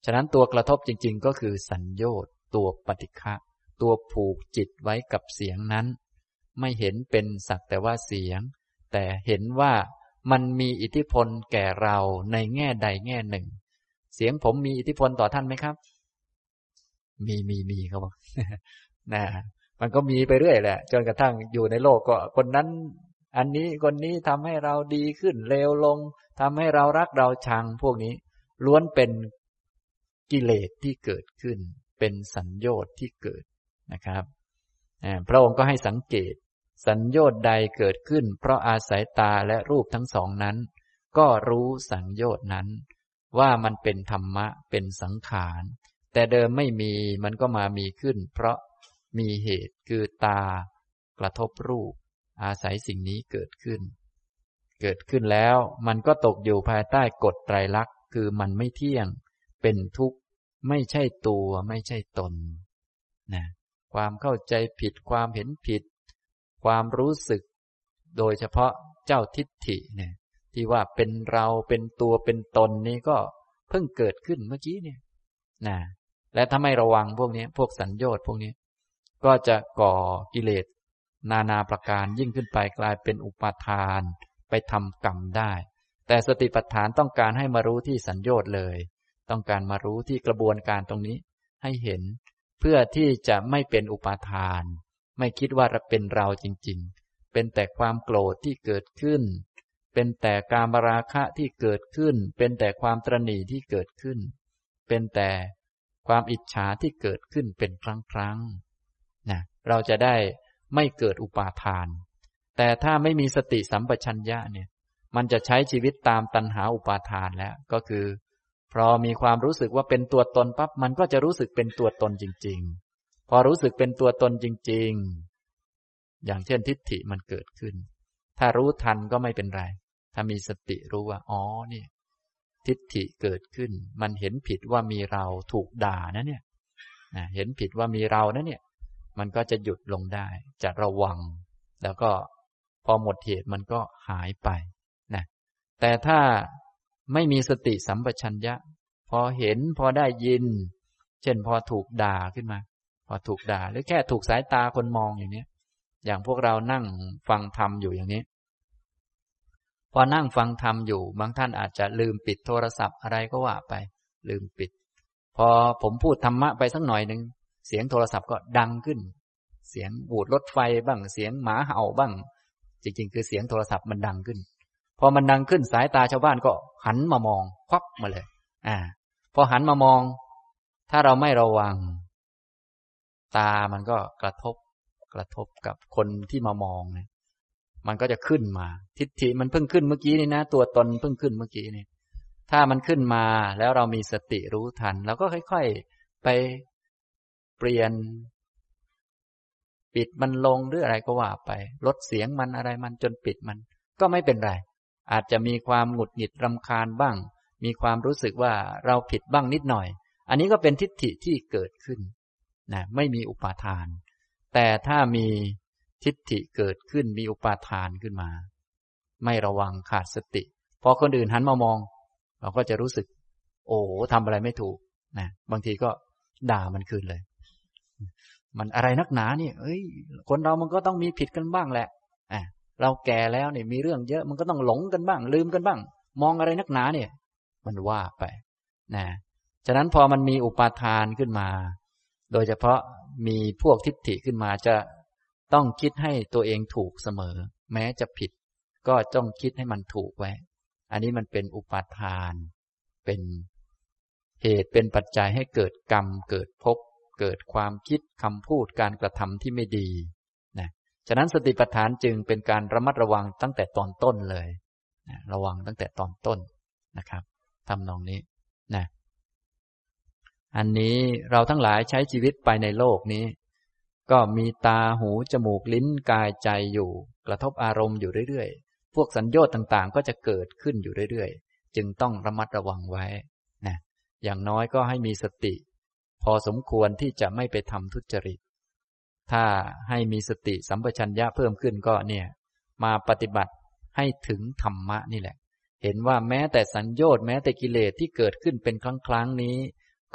ฉะนั้นตัวกระทบจริงๆก็คือสัญโยชน์ตัวปฏิฆะตัวผูกจิตไว้กับเสียงนั้นไม่เห็นเป็นสักแต่ว่าเสียงแต่เห็นว่ามันมีอิทธิพลแก่เราในแง่ใดแง่หนึ่งเสียงผมมีอิทธิพลต่อท่านไหมครับมีเขาบอก นะมันก็มีไปเรื่อยแหละจนกระทั่งอยู่ในโลกก็คนนั้นอันนี้คนนี้ทำให้เราดีขึ้นเลวลงทำให้เรารักเราชังพวกนี้ล้วนเป็นกิเลสที่เกิดขึ้นเป็นสัญโยชน์ที่เกิดนะครับพระองค์ก็ให้สังเกตสัญโยชน์ใดเกิดขึ้นเพราะอาศัยตาและรูปทั้งสองนั้นก็รู้สัญโยชน์นั้นว่ามันเป็นธรรมะเป็นสังขารแต่เดิมไม่มีมันก็มามีขึ้นเพราะมีเหตุคือตากระทบรูปอาศัยสิ่งนี้เกิดขึ้นแล้วมันก็ตกอยู่ภายใต้กฎไตรลักษณ์คือมันไม่เที่ยงเป็นทุกข์ไม่ใช่ตัวไม่ใช่ตนนะความเข้าใจผิดความเห็นผิดความรู้สึกโดยเฉพาะเจ้าทิฏฐิเนี่ยที่ว่าเป็นเราเป็นตัวเป็นตนนี้ก็เพิ่งเกิดขึ้นเมื่อกี้เนี่ยนะและถ้าไม่ระวังพวกนี้พวกสัญโยชน์พวกนี้ก็จะก่อกิเลสนานาประการยิ่งขึ้นไปกลายเป็นอุปาทานไปทำกรรมได้แต่สติปัฏฐานต้องการให้มารู้ที่สัญโยชน์เลยต้องการมารู้ที่กระบวนการตรงนี้ให้เห็นเพื่อที่จะไม่เป็นอุปาทานไม่คิดว่าเป็นเราจริงๆเป็นแต่ความโกรธที่เกิดขึ้นเป็นแต่กามราคะที่เกิดขึ้นเป็นแต่ความตระหนี่ที่เกิดขึ้นเป็นแต่ความอิจฉาที่เกิดขึ้นเป็นครั้งๆนะเราจะได้ไม่เกิดอุปาทานแต่ถ้าไม่มีสติสัมปชัญญะเนี่ยมันจะใช้ชีวิตตามตัณหาอุปาทานแล้วก็คือพอมีความรู้สึกว่าเป็นตัวตนปั๊บมันก็จะรู้สึกเป็นตัวตนจริงๆพอรู้สึกเป็นตัวตนจริงๆอย่างเช่นทิฏฐิมันเกิดขึ้นถ้ารู้ทันก็ไม่เป็นไรถ้ามีสติรู้ว่าอ๋อนี่ทิฏฐิเกิดขึ้นมันเห็นผิดว่ามีเราถูกด่านะเนี่ยเห็นผิดว่ามีเรานะเนี่ยมันก็จะหยุดลงได้จะระวังแล้วก็พอหมดเหตุมันก็หายไปนะแต่ถ้าไม่มีสติสัมปชัญญะพอเห็นพอได้ยินเช่นพอถูกด่าขึ้นมาพอถูกด่าหรือแค่ถูกสายตาคนมองอย่างนี้อย่างพวกเรานั่งฟังธรรมอยู่อย่างนี้พอนั่งฟังธรรมอยู่บางท่านอาจจะลืมปิดโทรศัพท์อะไรก็ว่าไปลืมปิดพอผมพูดธรรมะไปสักหน่อยนึงเสียงโทรศัพท์ก็ดังขึ้นเสียงบูดรถไฟบ้างเสียงหมาเห่าบ้างจริงๆคือเสียงโทรศัพท์มันดังขึ้นพอมันดังขึ้นสายตาชาวบ้านก็หันมามองควับมาเลยพอหันมามองถ้าเราไม่ระวังตามันก็กระทบกับคนที่มามองเนี่ยมันก็จะขึ้นมาทิฏฐิมันเพิ่งขึ้นเมื่อกี้นี่นะตัวตนเพิ่งขึ้นเมื่อกี้นี่ถ้ามันขึ้นมาแล้วเรามีสติรู้ทันเราก็ค่อยๆไปเปลี่ยนปิดมันลงหรืออะไรก็ว่าไปลดเสียงมันอะไรมันจนปิดมันก็ไม่เป็นไรอาจจะมีความหงุดหงิดรำคาญบ้างมีความรู้สึกว่าเราผิดบ้างนิดหน่อยอันนี้ก็เป็นทิฏฐิที่เกิดขึ้นนะไม่มีอุปาทานแต่ถ้ามีทิฏฐิเกิดขึ้นมีอุปาทานขึ้นมาไม่ระวังขาดสติพอคนอื่นหันมามองเราก็จะรู้สึกโอ้ทำอะไรไม่ถูกนะบางทีก็ด่ามันคืนเลยมันอะไรนักหนานี่คนเรามันก็ต้องมีผิดกันบ้างแหละเราแก่แล้วเนี่ยมีเรื่องเยอะมันก็ต้องหลงกันบ้างลืมกันบ้างมองอะไรนักหนาเนี่ยมันว่าไปนะฉะนั้นพอมันมีอุปาทานขึ้นมาโดยเฉพาะมีพวกทิฏฐิขึ้นมาจะต้องคิดให้ตัวเองถูกเสมอแม้จะผิดก็ต้องคิดให้มันถูกไว้อันนี้มันเป็นอุปาทานเป็นเหตุเป็นปัจจัยให้เกิดกรรมเกิดภพเกิดความคิดคำพูดการกระทำที่ไม่ดีนะฉะนั้นสติปัฏฐานจึงเป็นการระมัดระวังตั้งแต่ตอนต้นเลยนะระวังตั้งแต่ตอนต้นนะครับทำนองนี้นะอันนี้เราทั้งหลายใช้ชีวิตไปในโลกนี้ก็มีตาหูจมูกลิ้นกายใจอยู่กระทบอารมณ์อยู่เรื่อยๆพวกสัญโยชน์ต่างๆก็จะเกิดขึ้นอยู่เรื่อยๆจึงต้องระมัดระวังไว้นะอย่างน้อยก็ให้มีสติพอสมควรที่จะไม่ไปทำทุจริตถ้าให้มีสติสัมปชัญญะเพิ่มขึ้นก็เนี่ยมาปฏิบัติให้ถึงธรรมะนี่แหละเห็นว่าแม้แต่สัญโยชน์แม้แต่กิเลสที่เกิดขึ้นเป็นครั้งๆนี้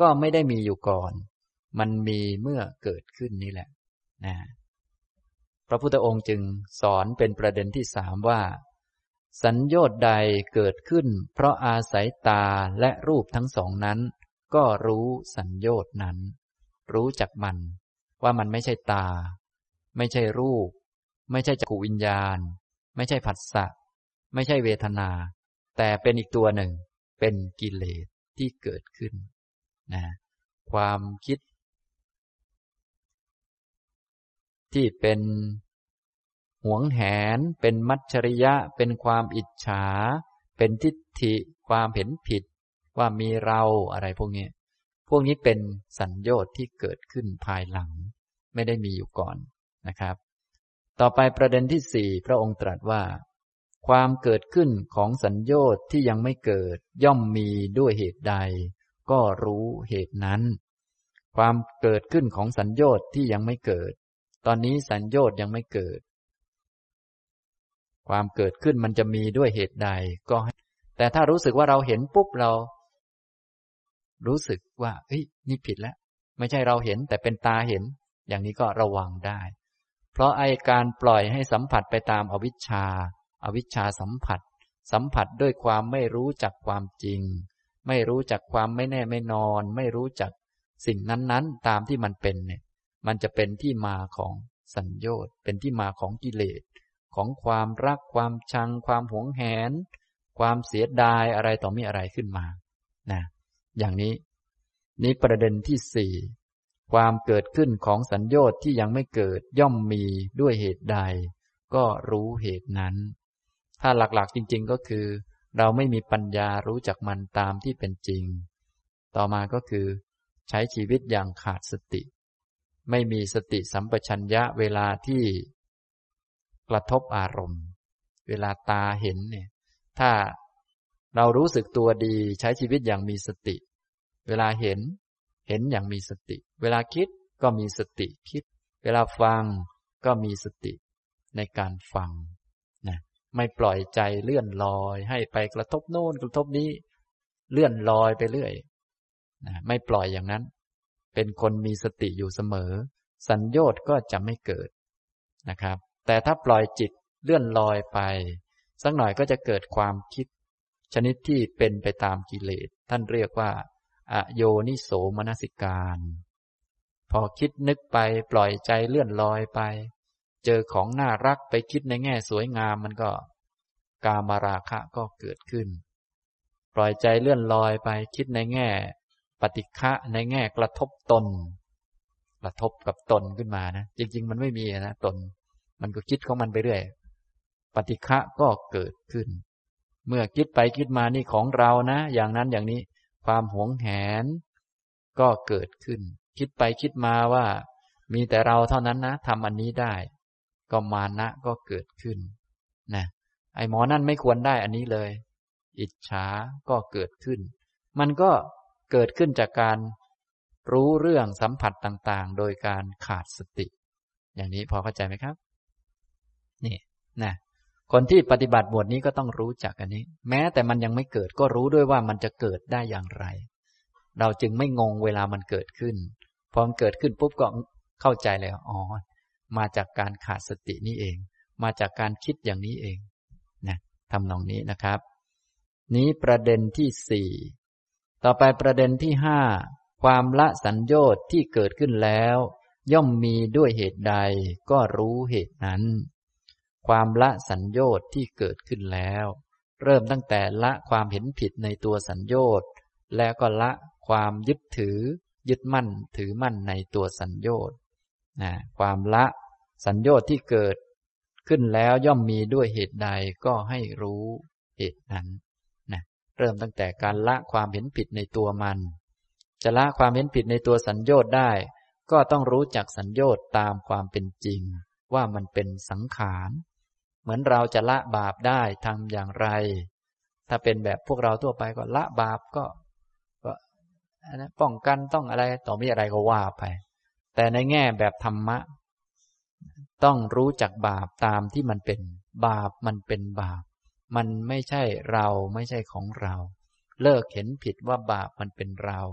ก็ไม่ได้มีอยู่ก่อน มันมีเมื่อเกิดขึ้นนี่แหละนะพระพุทธองค์จึงสอนเป็นประเด็นที่3ว่าสัญโยชน์ใดเกิดขึ้นเพราะอาศัยตาและรูปทั้งสองนั้นก็รู้สัญโยชน์นั้นรู้จักมันว่ามันไม่ใช่ตาไม่ใช่รูปไม่ใช่จักขุวิญญาณไม่ใช่ผัสสะไม่ใช่เวทนาแต่เป็นอีกตัวหนึ่งเป็นกิเลสที่เกิดขึ้นนะความคิดที่เป็นหวงแหนเป็นมัจฉริยะเป็นความอิจฉาเป็นทิฏฐิความเห็นผิดว่ามีเราอะไรพวกนี้เป็นสัญโยชน์ที่เกิดขึ้นภายหลังไม่ได้มีอยู่ก่อนนะครับต่อไปประเด็นที่4พระองค์ตรัสว่าความเกิดขึ้นของสัญโยชน์ที่ยังไม่เกิดย่อมมีด้วยเหตุใดก็รู้เหตุนั้นความเกิดขึ้นของสัญโยชน์ที่ยังไม่เกิดตอนนี้สัญโยชน์ยังไม่เกิดความเกิดขึ้นมันจะมีด้วยเหตุใดก็แต่ถ้ารู้สึกว่าเราเห็นปุ๊บเรารู้สึกว่าเฮ้ยนี่ผิดแล้วไม่ใช่เราเห็นแต่เป็นตาเห็นอย่างนี้ก็ระวังได้เพราะไอ้การปล่อยให้สัมผัสไปตามอวิชชาสัมผัสด้วยความไม่รู้จักความจริงไม่รู้จักความไม่แน่ไม่นอนไม่รู้จักสิ่งนั้นๆตามที่มันเป็นเนี่ยมันจะเป็นที่มาของสัญโยชน์เป็นที่มาของกิเลสของความรักความชังความหวงแหนความเสียดายอะไรต่อมีอะไรขึ้นมานะอย่างนี้ประเด็นที่4ความเกิดขึ้นของสัญโยชน์ที่ยังไม่เกิดย่อมมีด้วยเหตุใดก็รู้เหตุนั้นถ้าหลักๆจริงๆก็คือเราไม่มีปัญญารู้จักมันตามที่เป็นจริงต่อมาก็คือใช้ชีวิตอย่างขาดสติไม่มีสติสัมปชัญญะเวลาที่กระทบอารมณ์เวลาตาเห็นเนี่ยถ้าเรารู้สึกตัวดีใช้ชีวิตอย่างมีสติเวลาเห็นอย่างมีสติเวลาคิดก็มีสติคิดเวลาฟังก็มีสติในการฟังนะไม่ปล่อยใจเลื่อนลอยให้ไปกระทบโน่นกระทบนี้เลื่อนลอยไปเรื่อยนะไม่ปล่อยอย่างนั้นเป็นคนมีสติอยู่เสมอสัญโยชน์ก็จะไม่เกิดนะครับแต่ถ้าปล่อยจิตเลื่อนลอยไปสักหน่อยก็จะเกิดความคิดชนิดที่เป็นไปตามกิเลสท่านเรียกว่าอโยนิโสมนสิการพอคิดนึกไปปล่อยใจเลื่อนลอยไปเจอของน่ารักไปคิดในแง่สวยงามมันก็กามราคะก็เกิดขึ้นปล่อยใจเลื่อนลอยไปคิดในแง่ปฏิฆะในแง่กระทบตนกระทบกับตนขึ้นมานะจริงๆมันไม่มีนะตนมันก็คิดของมันไปเรื่อยปฏิฆะก็เกิดขึ้นเมื่อคิดไปคิดมานี่ของเรานะอย่างนั้นอย่างนี้ความหวงแหนก็เกิดขึ้นคิดไปคิดมาว่ามีแต่เราเท่านั้นนะทำอันนี้ได้ก็มานะก็เกิดขึ้นนะไอ้หมอนั่นไม่ควรได้อันนี้เลยอิจฉาก็เกิดขึ้นมันก็เกิดขึ้นจากการรู้เรื่องสัมผัสต่างๆโดยการขาดสติอย่างนี้พอเข้าใจไหมครับนี่นะคนที่ปฏิบัติหมวดนี้ก็ต้องรู้จักอันนี้แม้แต่มันยังไม่เกิดก็รู้ด้วยว่ามันจะเกิดได้อย่างไรเราจึงไม่งงเวลามันเกิดขึ้นพอมันเกิดขึ้นปุ๊บก็เข้าใจแล้วอ๋อมาจากการขาดสตินี่เองมาจากการคิดอย่างนี้เองนะทำนองนี้นะครับนี้ประเด็นที่4ต่อไปประเด็นที่5ความละสัญโยชน์ที่เกิดขึ้นแล้วย่อมมีด้วยเหตุใดก็รู้เหตุนั้นความละสัญโยชน์ที่เกิดขึ้นแล้วเริ่มตั้งแต่ละความเห็นผิดในตัวสัญโยชน์แล้วก็ละความยึดมั่นถือมั่นในตัวสัญโยชน์ความละสัญโยชน์ที่เกิดขึ้นแล้วย่อมมีด้วยเหตุใดก็ให้รู้เหตุนั้นนะเริ่มตั้งแต่การละความเห็นผิดในตัวมันจะละความเห็นผิดในตัวสัญโยชน์ได้ก็ต้องรู้จักสัญโยชน์ตามความเป็นจริงว่ามันเป็นสังขารเหมือนเราจะละบาปได้ทำอย่างไรถ้าเป็นแบบพวกเราทั่วไปก็ละบาปก็ป้องกันต้องอะไรต่อมีอะไรก็ว่าไปแต่ในแง่แบบธรรมะต้องรู้จักบาปตามที่มันเป็นบาปมันเป็นบาปมันไม่ใช่เราไม่ใช่ของเราเลิกเห็นผิดว่าบาปมันเป็นเรา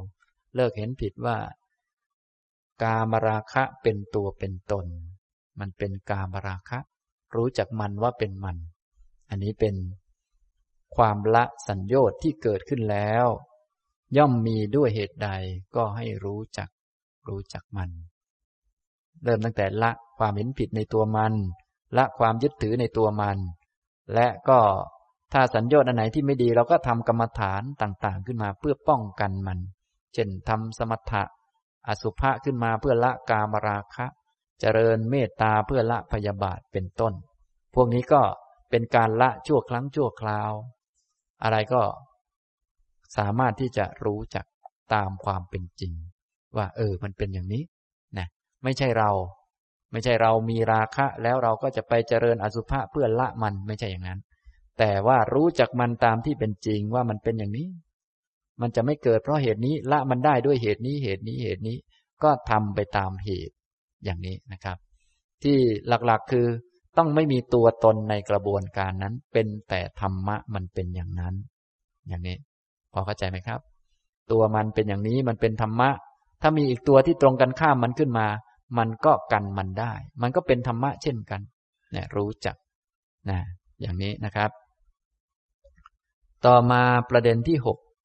เลิกเห็นผิดว่ากามราคะเป็นตัวเป็นตนมันเป็นกามราคะรู้จักมันว่าเป็นมันอันนี้เป็นความละสัญโยชน์ที่เกิดขึ้นแล้วย่อมมีด้วยเหตุใดก็ให้รู้จักมันเริ่มตั้งแต่ละความเห็นผิดในตัวมันละความยึดถือในตัวมันและก็ถ้าสัญโยชน์อันไหนที่ไม่ดีเราก็ทำกรรมฐานต่างๆขึ้นมาเพื่อป้องกันมันเช่นทำสมถะอสุภะขึ้นมาเพื่อละกามราคะเจริญเมตตาเพื่อละพยาบาทเป็นต้นพวกนี้ก็เป็นการละชั่วครั้งชั่วคราวอะไรก็สามารถที่จะรู้จักตามความเป็นจริงว่ามันเป็นอย่างนี้นะไม่ใช่เรามีราคะแล้วเราก็จะไปเจริญอสุภะเพื่อละมันไม่ใช่อย่างนั้นแต่ว่ารู้จักมันตามที่เป็นจริงว่ามันเป็นอย่างนี้มันจะไม่เกิดเพราะเหตุนี้ละมันได้ด้วยเหตุนี้ก็ทำไปตามเหตุอย่างนี้นะครับที่หลักๆคือต้องไม่มีตัวตนในกระบวนการนั้นเป็นแต่ธรรมะมันเป็นอย่างนั้นอย่างนี้พอเข้าใจไหมครับตัวมันเป็นอย่างนี้มันเป็นธรรมะถ้ามีอีกตัวที่ตรงกันข้ามมันขึ้นมามันก็กันมันได้มันก็เป็นธรรมะเช่นกันเนี่ยรู้จักนะอย่างนี้นะครับต่อมาประเด็นที่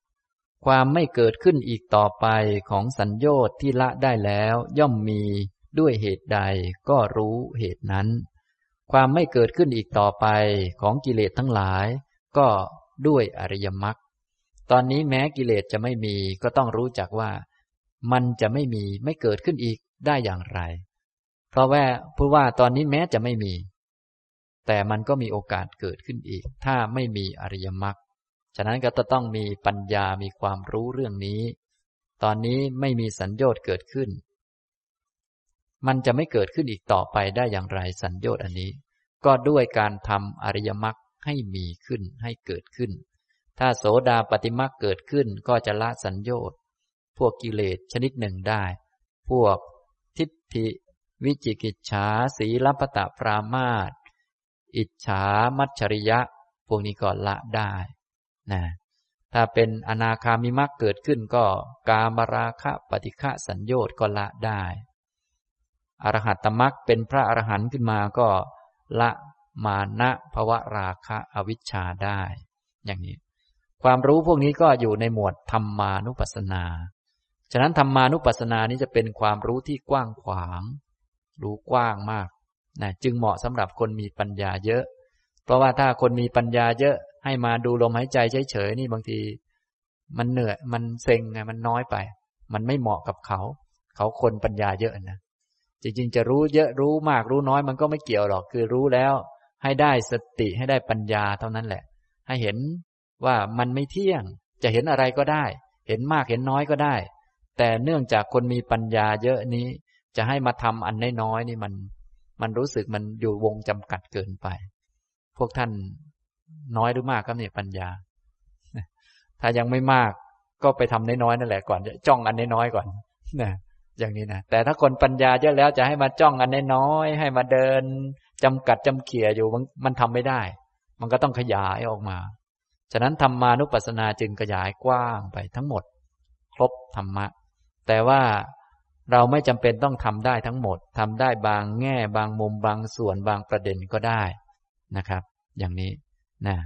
6ความไม่เกิดขึ้นอีกต่อไปของสัญโยชน์ที่ละได้แล้วย่อมมีด้วยเหตุใดก็รู้เหตุนั้นความไม่เกิดขึ้นอีกต่อไปของกิเลสทั้งหลายก็ด้วยอริยมรรคตอนนี้แม้กิเลสจะไม่มีก็ต้องรู้จักว่ามันจะไม่เกิดขึ้นอีกได้อย่างไรเพราะว่าตอนนี้แม้จะไม่มีแต่มันก็มีโอกาสเกิดขึ้นอีกถ้าไม่มีอริยมรรคฉะนั้นก็จะต้องมีปัญญามีความรู้เรื่องนี้ตอนนี้ไม่มีสัญโยชน์เกิดขึ้นมันจะไม่เกิดขึ้นอีกต่อไปได้อย่างไรสัญโยชน์อันนี้ก็ด้วยการทำอริยมรรคให้มีขึ้นให้เกิดขึ้นถ้าโสดาปัตติมรรคเกิดขึ้นก็จะละสัญโยชน์พวกกิเลสชนิดหนึ่งได้พวกทิฏฐิวิจิกิจฉาสีลัพพตปรามาสอิจฉามัจฉริยะพวกนี้ก็ละได้นะถ้าเป็นอนาคามิมรรคเกิดขึ้นก็กามราคะปฏิฆะสัญโยชน์ก็ละได้อรหัตตมรรคเป็นพระอรหันต์ขึ้นมาก็ละมานะภวราคะอวิชชาได้อย่างนี้ความรู้พวกนี้ก็อยู่ในหมวดธรรมานุปัสสนาฉะนั้นธรรมานุปัสสนานี้จะเป็นความรู้ที่กว้างขวางรู้กว้างมากนะจึงเหมาะสำหรับคนมีปัญญาเยอะเพราะว่าถ้าคนมีปัญญาเยอะให้มาดูลมหายใจเฉยๆนี่บางทีมันเหนื่อยมันเซ็งไงมันน้อยไปมันไม่เหมาะกับเขาคนปัญญาเยอะนะจริงๆจะรู้เยอะรู้มากรู้น้อยมันก็ไม่เกี่ยวหรอกคือรู้แล้วให้ได้สติให้ได้ปัญญาเท่านั้นแหละให้เห็นว่ามันไม่เที่ยงจะเห็นอะไรก็ได้เห็นมากเห็นน้อยก็ได้แต่เนื่องจากคนมีปัญญาเยอะนี้จะให้มาทำอันน้อยๆนี่มันรู้สึกมันอยู่วงจำกัดเกินไปพวกท่านน้อยหรือมากครับเนี่ยปัญญาถ้ายังไม่มากก็ไปทำน้อยๆนั่นแหละก่อนจะจ้องอันน้อยๆก่อนนะอย่างนี้นะแต่ถ้าคนปัญญาเยอะแล้วจะให้มาจ้องอันน้อยๆให้มาเดินจำกัดจำเขี่ยอยู่มันทำไม่ได้มันก็ต้องขยายออกมาฉะนั้นธรรมานุปัสสนาจึงขยายกว้างไปทั้งหมดครบธรรมะแต่ว่าเราไม่จำเป็นต้องทำได้ทั้งหมดทำได้บางแง่บางมุมบางส่วนบางประเด็นก็ได้นะครับอย่างนี้นะ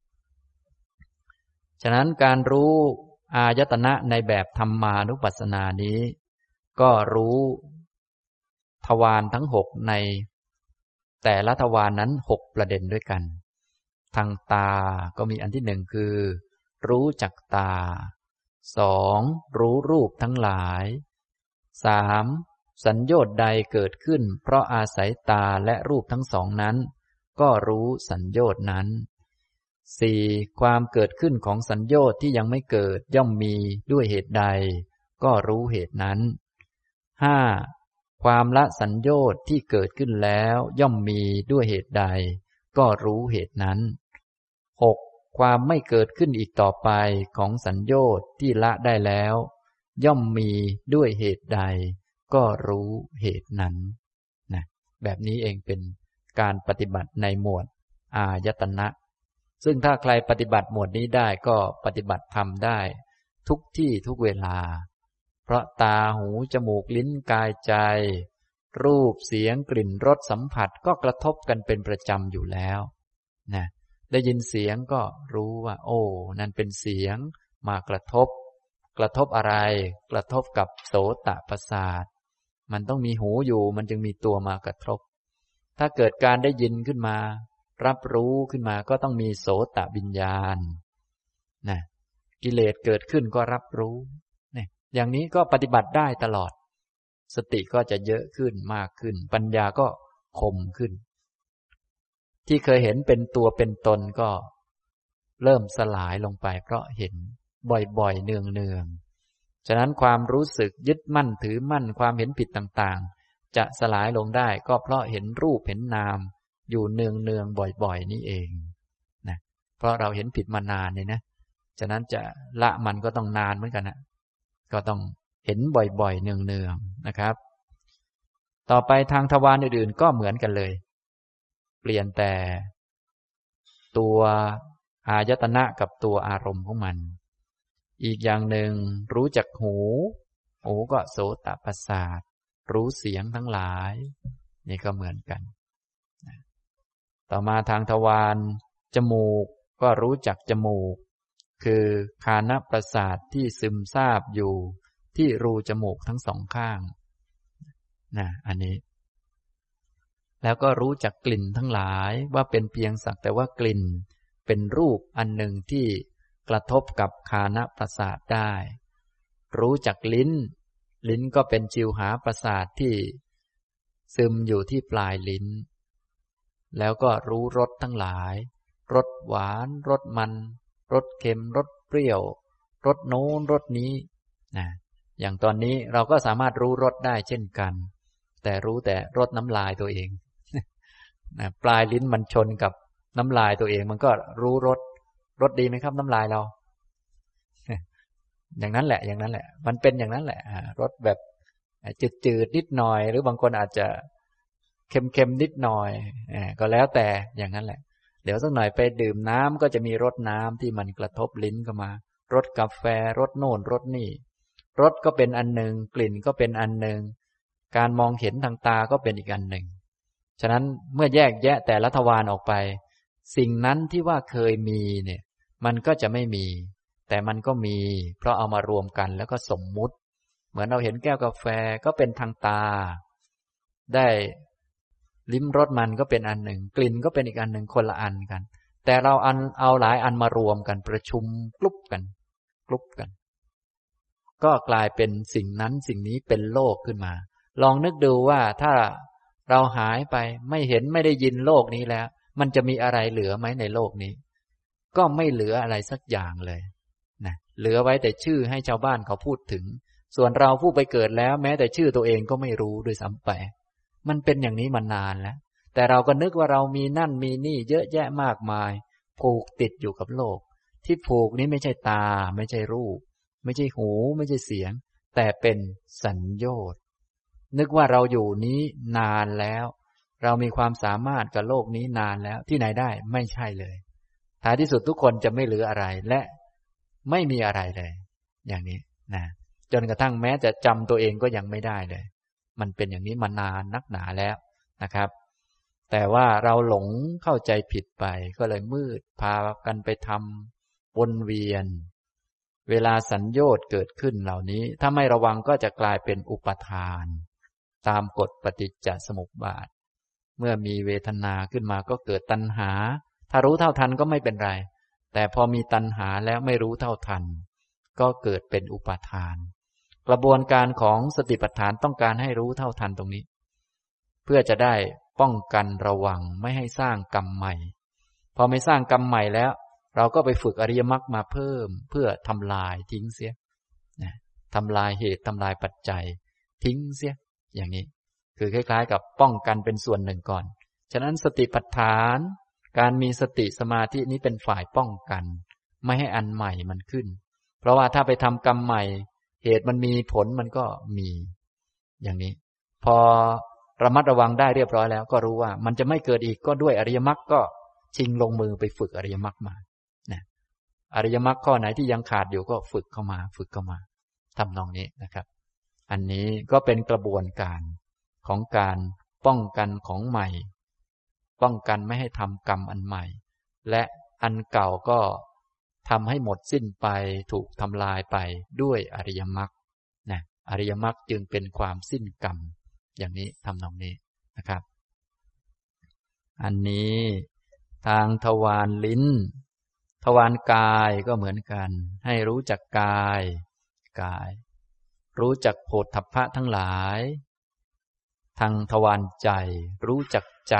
ฉะนั้นการรู้อายตนะในแบบธรรมานุปัสสนานี้ก็รู้ทวารทั้ง6ในแต่ละทวารนั้น6ประเด็นด้วยกันทางตาก็มีอันที่1คือรู้จักตา2รู้รูปทั้งหลาย3สัญโยชน์ใดเกิดขึ้นเพราะอาศัยตาและรูปทั้งสองนั้นก็รู้สัญโยชน์นั้น4ความเกิดขึ้นของสัญโยชน์ที่ยังไม่เกิดย่อมมีด้วยเหตุใดก็รู้เหตุนั้น5ความละสัญโยชน์ที่เกิดขึ้นแล้วย่อมมีด้วยเหตุใดก็รู้เหตุนั้น6ความไม่เกิดขึ้นอีกต่อไปของสัญโยชน์ที่ละได้แล้วย่อมมีด้วยเหตุใดก็รู้เหตุนั้นนะแบบนี้เองเป็นการปฏิบัติในหมวดอายตนะซึ่งถ้าใครปฏิบัติหมวดนี้ได้ก็ปฏิบัติธรรมได้ทุกที่ทุกเวลาราะตาหูจมูกลิ้นกายใจรูปเสียงกลิ่นรสสัมผัสก็กระทบกันเป็นประจำอยู่แล้วนะได้ยินเสียงก็รู้ว่าโอ้นั่นเป็นเสียงมากระทบอะไรกระทบกับโสตประสาทมันต้องมีหูอยู่มันจึงมีตัวมากระทบถ้าเกิดการได้ยินขึ้นมารับรู้ขึ้นมาก็ต้องมีโสตวิญญาณนะกิเลสเกิดขึ้นก็รับรู้เนี่ยอย่างนี้ก็ปฏิบัติได้ตลอดสติก็จะเยอะขึ้นมากขึ้นปัญญาก็คมขึ้นที่เคยเห็นเป็นตัวเป็นตนก็เริ่มสลายลงไปเพราะเห็นบ่อยๆเนืองๆฉะนั้นความรู้สึกยึดมั่นถือมั่นความเห็นผิดต่างๆจะสลายลงได้ก็เพราะเห็นรูปเห็นนามอยู่เนืองๆบ่อยๆนี่เองนะเพราะเราเห็นผิดมานานเลยนะฉะนั้นจะละมันก็ต้องนานเหมือนกันนะก็ต้องเห็นบ่อยๆเนืองๆนะครับต่อไปทางทวารอื่นๆก็เหมือนกันเลยเปลี่ยนแต่ตัวอายตนะกับตัวอารมณ์ของมันอีกอย่างหนึ่งรู้จักหูก็โสตประสาทรู้เสียงทั้งหลายนี่ก็เหมือนกันต่อมาทางทวารจมูกก็รู้จักจมูกคือฆานประสาทที่ซึมซาบอยู่ที่รูจมูกทั้งสองข้างอันนี้แล้วก็รู้จักกลิ่นทั้งหลายว่าเป็นเพียงสักแต่ว่ากลิ่นเป็นรูปอันหนึ่งที่กระทบกับฆานประสาทได้รู้จักลิ้นก็เป็นชิวหาประสาทที่ซึมอยู่ที่ปลายลิ้นแล้วก็รู้รสทั้งหลายรสหวานรสมันรสเค็มรสเปรี้ยวรสโน้นรสนี้อย่างตอนนี้เราก็สามารถรู้รสได้เช่นกันแต่รู้แต่รสน้ำลายตัวเองปลายลิ้นมันชนกับน้ำลายตัวเองมันก็รู้รสดีไหมครับน้ำลายเราอย่างนั้นแหละมันเป็นอย่างนั้นแหละรสแบบจืดๆนิดหน่อยหรือบางคนอาจจะเค็มๆนิดหน่อยก็แล้วแต่อย่างนั้นแหละเดี๋ยวสักหน่อยไปดื่มน้ำก็จะมีรสน้ำที่มันกระทบลิ้นเข้ามารสกาแฟรสโน่นรสนี่รสก็เป็นอันหนึ่งกลิ่นก็เป็นอันหนึ่งการมองเห็นทางตาก็เป็นอีกอันหนึ่งฉะนั้นเมื่อแยกแยะแต่ละทวารออกไปสิ่งนั้นที่ว่าเคยมีเนี่ยมันก็จะไม่มีแต่มันก็มีเพราะเอามารวมกันแล้วก็สมมุติเหมือนเราเห็นแก้วกาแฟก็เป็นทางตาได้ลิ้มรสมันก็เป็นอันหนึ่งกลิ่นก็เป็นอีกอันหนึ่งคนละอันกันแต่เราเอาหลายอันมารวมกันประชุมกลุ่มกันก็กลายเป็นสิ่งนั้นสิ่งนี้เป็นโลกขึ้นมาลองนึกดูว่าถ้าเราหายไปไม่เห็นไม่ได้ยินโลกนี้แล้วมันจะมีอะไรเหลือไหมในโลกนี้ก็ไม่เหลืออะไรสักอย่างเลยนะเหลือไว้แต่ชื่อให้ชาวบ้านเขาพูดถึงส่วนเราผู้ไปเกิดแล้วแม้แต่ชื่อตัวเองก็ไม่รู้ด้วยซ้ำไปมันเป็นอย่างนี้มานานแล้วแต่เราก็นึกว่าเรามีนั่นมีนี่เยอะแยะมากมายผูกติดอยู่กับโลกที่ผูกนี้ไม่ใช่ตาไม่ใช่รูปไม่ใช่หูไม่ใช่เสียงแต่เป็นสัญโยชน์นึกว่าเราอยู่นี้นานแล้วเรามีความสามารถกับโลกนี้นานแล้วที่ไหนได้ไม่ใช่เลยท้ายที่สุดทุกคนจะไม่เหลืออะไรและไม่มีอะไรเลยอย่างนี้นะจนกระทั่งแม้จะจำตัวเองก็ยังไม่ได้เลยมันเป็นอย่างนี้มานานนักหนาแล้วนะครับแต่ว่าเราหลงเข้าใจผิดไปก็เลยมืดพากันไปทำวนเวียนเวลาสัญโยชน์เกิดขึ้นเหล่านี้ถ้าไม่ระวังก็จะกลายเป็นอุปทานตามกฎปฏิจจสมุปบาทเมื่อมีเวทนาขึ้นมาก็เกิดตัณหาถ้ารู้เท่าทันก็ไม่เป็นไรแต่พอมีตัณหาแล้วไม่รู้เท่าทันก็เกิดเป็นอุปทานกระบวนการของสติปัฏฐานต้องการให้รู้เท่าทันตรงนี้เพื่อจะได้ป้องกันระวังไม่ให้สร้างกรรมใหม่พอไม่สร้างกรรมใหม่แล้วเราก็ไปฝึกอริยมรรคมาเพิ่มเพื่อทำลายทิ้งเสียทำลายเหตุทำลายปัจจัยทิ้งเสียอย่างนี้คือคล้ายๆกับป้องกันเป็นส่วนหนึ่งก่อนฉะนั้นสติปัฏฐานการมีสติสมาธินี้เป็นฝ่ายป้องกันไม่ให้อันใหม่มันขึ้นเพราะว่าถ้าไปทำกรรมใหม่เหตุมันมีผลมันก็มีอย่างนี้พอระมัดระวังได้เรียบร้อยแล้วก็รู้ว่ามันจะไม่เกิดอีกก็ด้วยอริยมรรคก็ชิงลงมือไปฝึกอริยมรรคมาอริยมรรคข้อไหนที่ยังขาดอยู่ก็ฝึกเข้ามาทำนองนี้นะครับอันนี้ก็เป็นกระบวนการของการป้องกันของใหม่ป้องกันไม่ให้ทำกรรมอันใหม่และอันเก่าก็ทำให้หมดสิ้นไปถูกทำลายไปด้วยอริยมรรคนะอริยมรรคจึงเป็นความสิ้นกรรมอย่างนี้ทำนองนี้นะครับอันนี้ทางทวารลิ้นทวารกายก็เหมือนกันให้รู้จักกายรู้จักโผฏฐัพพะทั้งหลายทางทวารใจรู้จักใจ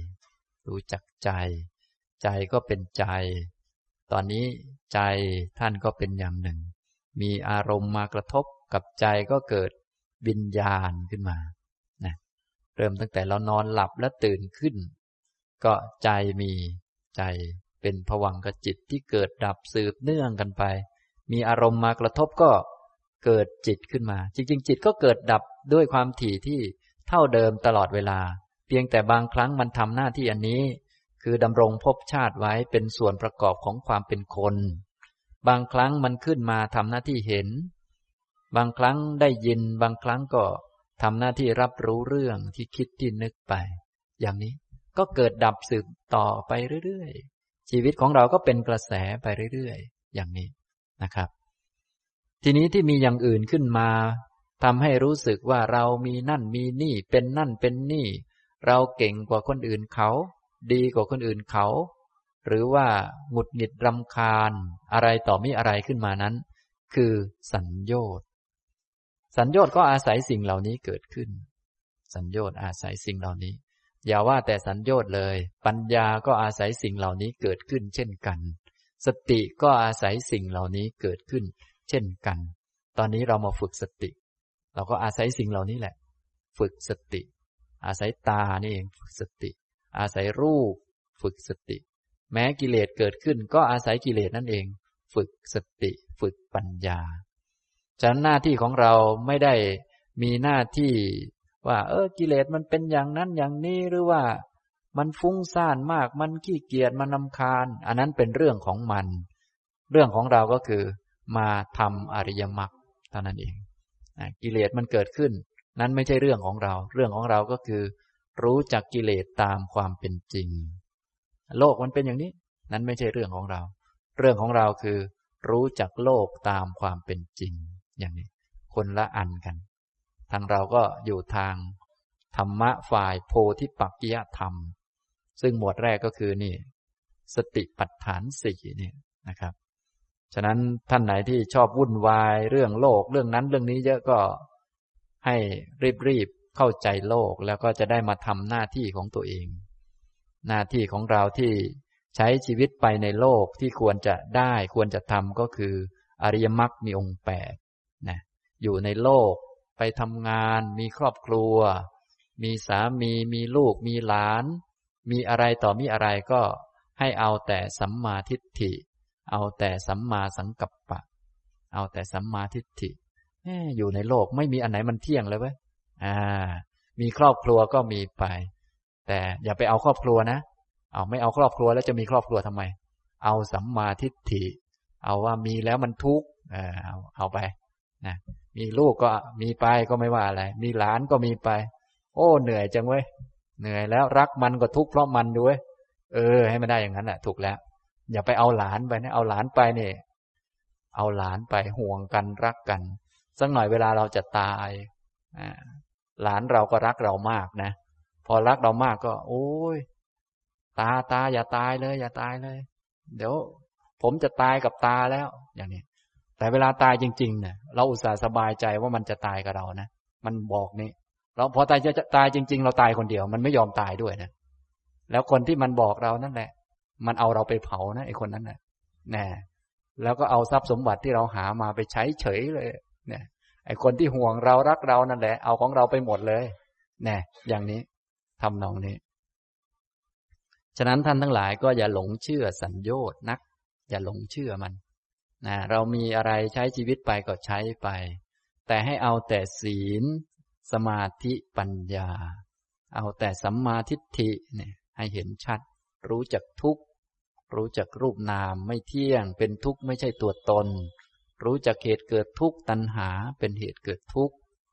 ใจก็เป็นใจตอนนี้ใจท่านก็เป็นอย่างหนึ่งมีอารมณ์มากระทบกับใจก็เกิดวิญญาณขึ้นมานะเริ่มตั้งแต่เรานอนหลับและตื่นขึ้นก็ใจมีใจเป็นภวังคจิตที่เกิดดับสืบเนื่องกันไปมีอารมณ์มากระทบก็เกิดจิตขึ้นมาจริงๆจิตก็เกิดดับด้วยความถี่ที่เท่าเดิมตลอดเวลาเพียงแต่บางครั้งมันทำหน้าที่อันนี้คือดำรงภพชาติไว้เป็นส่วนประกอบของความเป็นคนบางครั้งมันขึ้นมาทำหน้าที่เห็นบางครั้งได้ยินบางครั้งก็ทำหน้าที่รับรู้เรื่องที่คิดที่นึกไปอย่างนี้ก็เกิดดับสืบต่อไปเรื่อยๆชีวิตของเราก็เป็นกระแสไปเรื่อยๆอย่างนี้นะครับทีนี้ที่มีอย่างอื่นขึ้นมาทำให้รู้สึกว่าเรามีนั่นมีนี่เป็นนั่นเป็นนี่เราเก่งกว่าคนอื่นเขาดีกว่าคนอื่นเขาหรือว่าหงุดหงิดรำคาญอะไรต่อมีอะไรขึ้นมานั้นคือสัญโยชน์ก็อาศัยสิ่งเหล่านี้เกิดขึ้นสัญโยชน์อาศัยสิ่งเหล่านี้อย่าว่าแต่สัญโยชน์เลยปัญญาก็อาศัยสิ่งเหล่านี้เกิดขึ้นเช่นกันสติก็อาศัยสิ่งเหล่านี้เกิดขึ้นเช่นกันตอนนี้เรามาฝึกสติเราก็อาศัยสิ่งเหล่านี้แหละฝึกสติอาศัยตานี่เองฝึกสติอาศัยรูปฝึกสติแม้กิเลสเกิดขึ้นก็อาศัยกิเลสนั่นเองฝึกสติฝึกปัญญาฉะนั้นหน้าที่ของเราไม่ได้มีหน้าที่ว่ากิเลสมันเป็นอย่างนั้นอย่างนี้หรือว่ามันฟุ้งซ่านมากมันขี้เกียจมันรำคาญอันนั้นเป็นเรื่องของมันเรื่องของเราก็คือมาทำอริยมรรคเท่านั้นเองกิเลสมันเกิดขึ้นนั้นไม่ใช่เรื่องของเราเรื่องของเราก็คือรู้จักกิเลสตามความเป็นจริงโลกมันเป็นอย่างนี้นั้นไม่ใช่เรื่องของเราเรื่องของเราคือรู้จักโลกตามความเป็นจริงอย่างนี้คนละอันกันทางเราก็อยู่ทางธรรมะฝ่ายโพธิปักขิยธรรมซึ่งหมวดแรกก็คือนี่สติปัฏฐานสี่นี่นะครับฉะนั้นท่านไหนที่ชอบวุ่นวายเรื่องโลกเรื่องนั้นเรื่องนี้เยอะก็ให้รีบเข้าใจโลกแล้วก็จะได้มาทำหน้าที่ของตัวเองหน้าที่ของเราที่ใช้ชีวิตไปในโลกที่ควรจะได้ควรจะทำก็คืออริยมรรคมีองค์8นะอยู่ในโลกไปทำงานมีครอบครัวมีสามีมีลูกมีหลานมีอะไรต่อมีอะไรก็ให้เอาแต่สัมมาทิฏฐิเอาแต่สัมมาสังกัปปะเอาแต่สัมมาทิฏฐิอยู่ในโลกไม่มีอันไหนมันเที่ยงเลยเว้ยมีครอบครัวก็มีไปแต่อย่าไปเอาครอบครัวนะไม่เอาครอบครัวแล้วจะมีครอบครัวทำไมเอาสัมมาทิฏฐิเอาว่ามีแล้วมันทุกข์เอาไปนะมีลูกก็มีไปก็ไม่ว่าอะไรมีหลานก็มีไปโอ้เหนื่อยจังเว้ยเหนื่อยแล้วรักมันก็ทุกข์เพราะมันด้วยให้มันได้อย่างนั้นแหละถูกแล้วอย่าไปเอาหลานไปนะเอาหลานไปนี่เอาหลานไปห่วงกันรักกันสักหน่อยเวลาเราจะตายหลานเราก็รักเรามากนะพอรักเรามากก็โอ้ยตาอย่าตายเลยอย่าตายเลยเดี๋ยวผมจะตายกับตาแล้วอย่างนี้แต่เวลาตายจริงๆเนี่ยเราอุตส่าห์สบายใจว่ามันจะตายกับเรานะมันบอกนี่เราพอจะตายจริงๆเราตายคนเดียวมันไม่ยอมตายด้วยนะแล้วคนที่มันบอกเรานั่นแหละมันเอาเราไปเผานะไอ้คนนั้นน่ะแน่แล้วก็เอาทรัพย์สมบัติที่เราหามาไปใช้เฉยเลยเนี่ยไอ้คนที่ห่วงเรารักเรานั่นแหละเอาของเราไปหมดเลยแน่อย่างนี้ทำนองนี้ฉะนั้นท่านทั้งหลายก็อย่าหลงเชื่อสัญโยชน์นักอย่าหลงเชื่อมันนะเรามีอะไรใช้ชีวิตไปก็ใช้ไปแต่ให้เอาแต่ศีลสมาธิปัญญาเอาแต่สัมมาทิฏฐิเนี่ยให้เห็นชัดรู้จักทุกข์รู้จักรูปนามไม่เที่ยงเป็นทุกข์ไม่ใช่ตัวตนรู้จักเหตุเกิดทุกข์ตัณหาเป็นเหตุเกิดทุกข์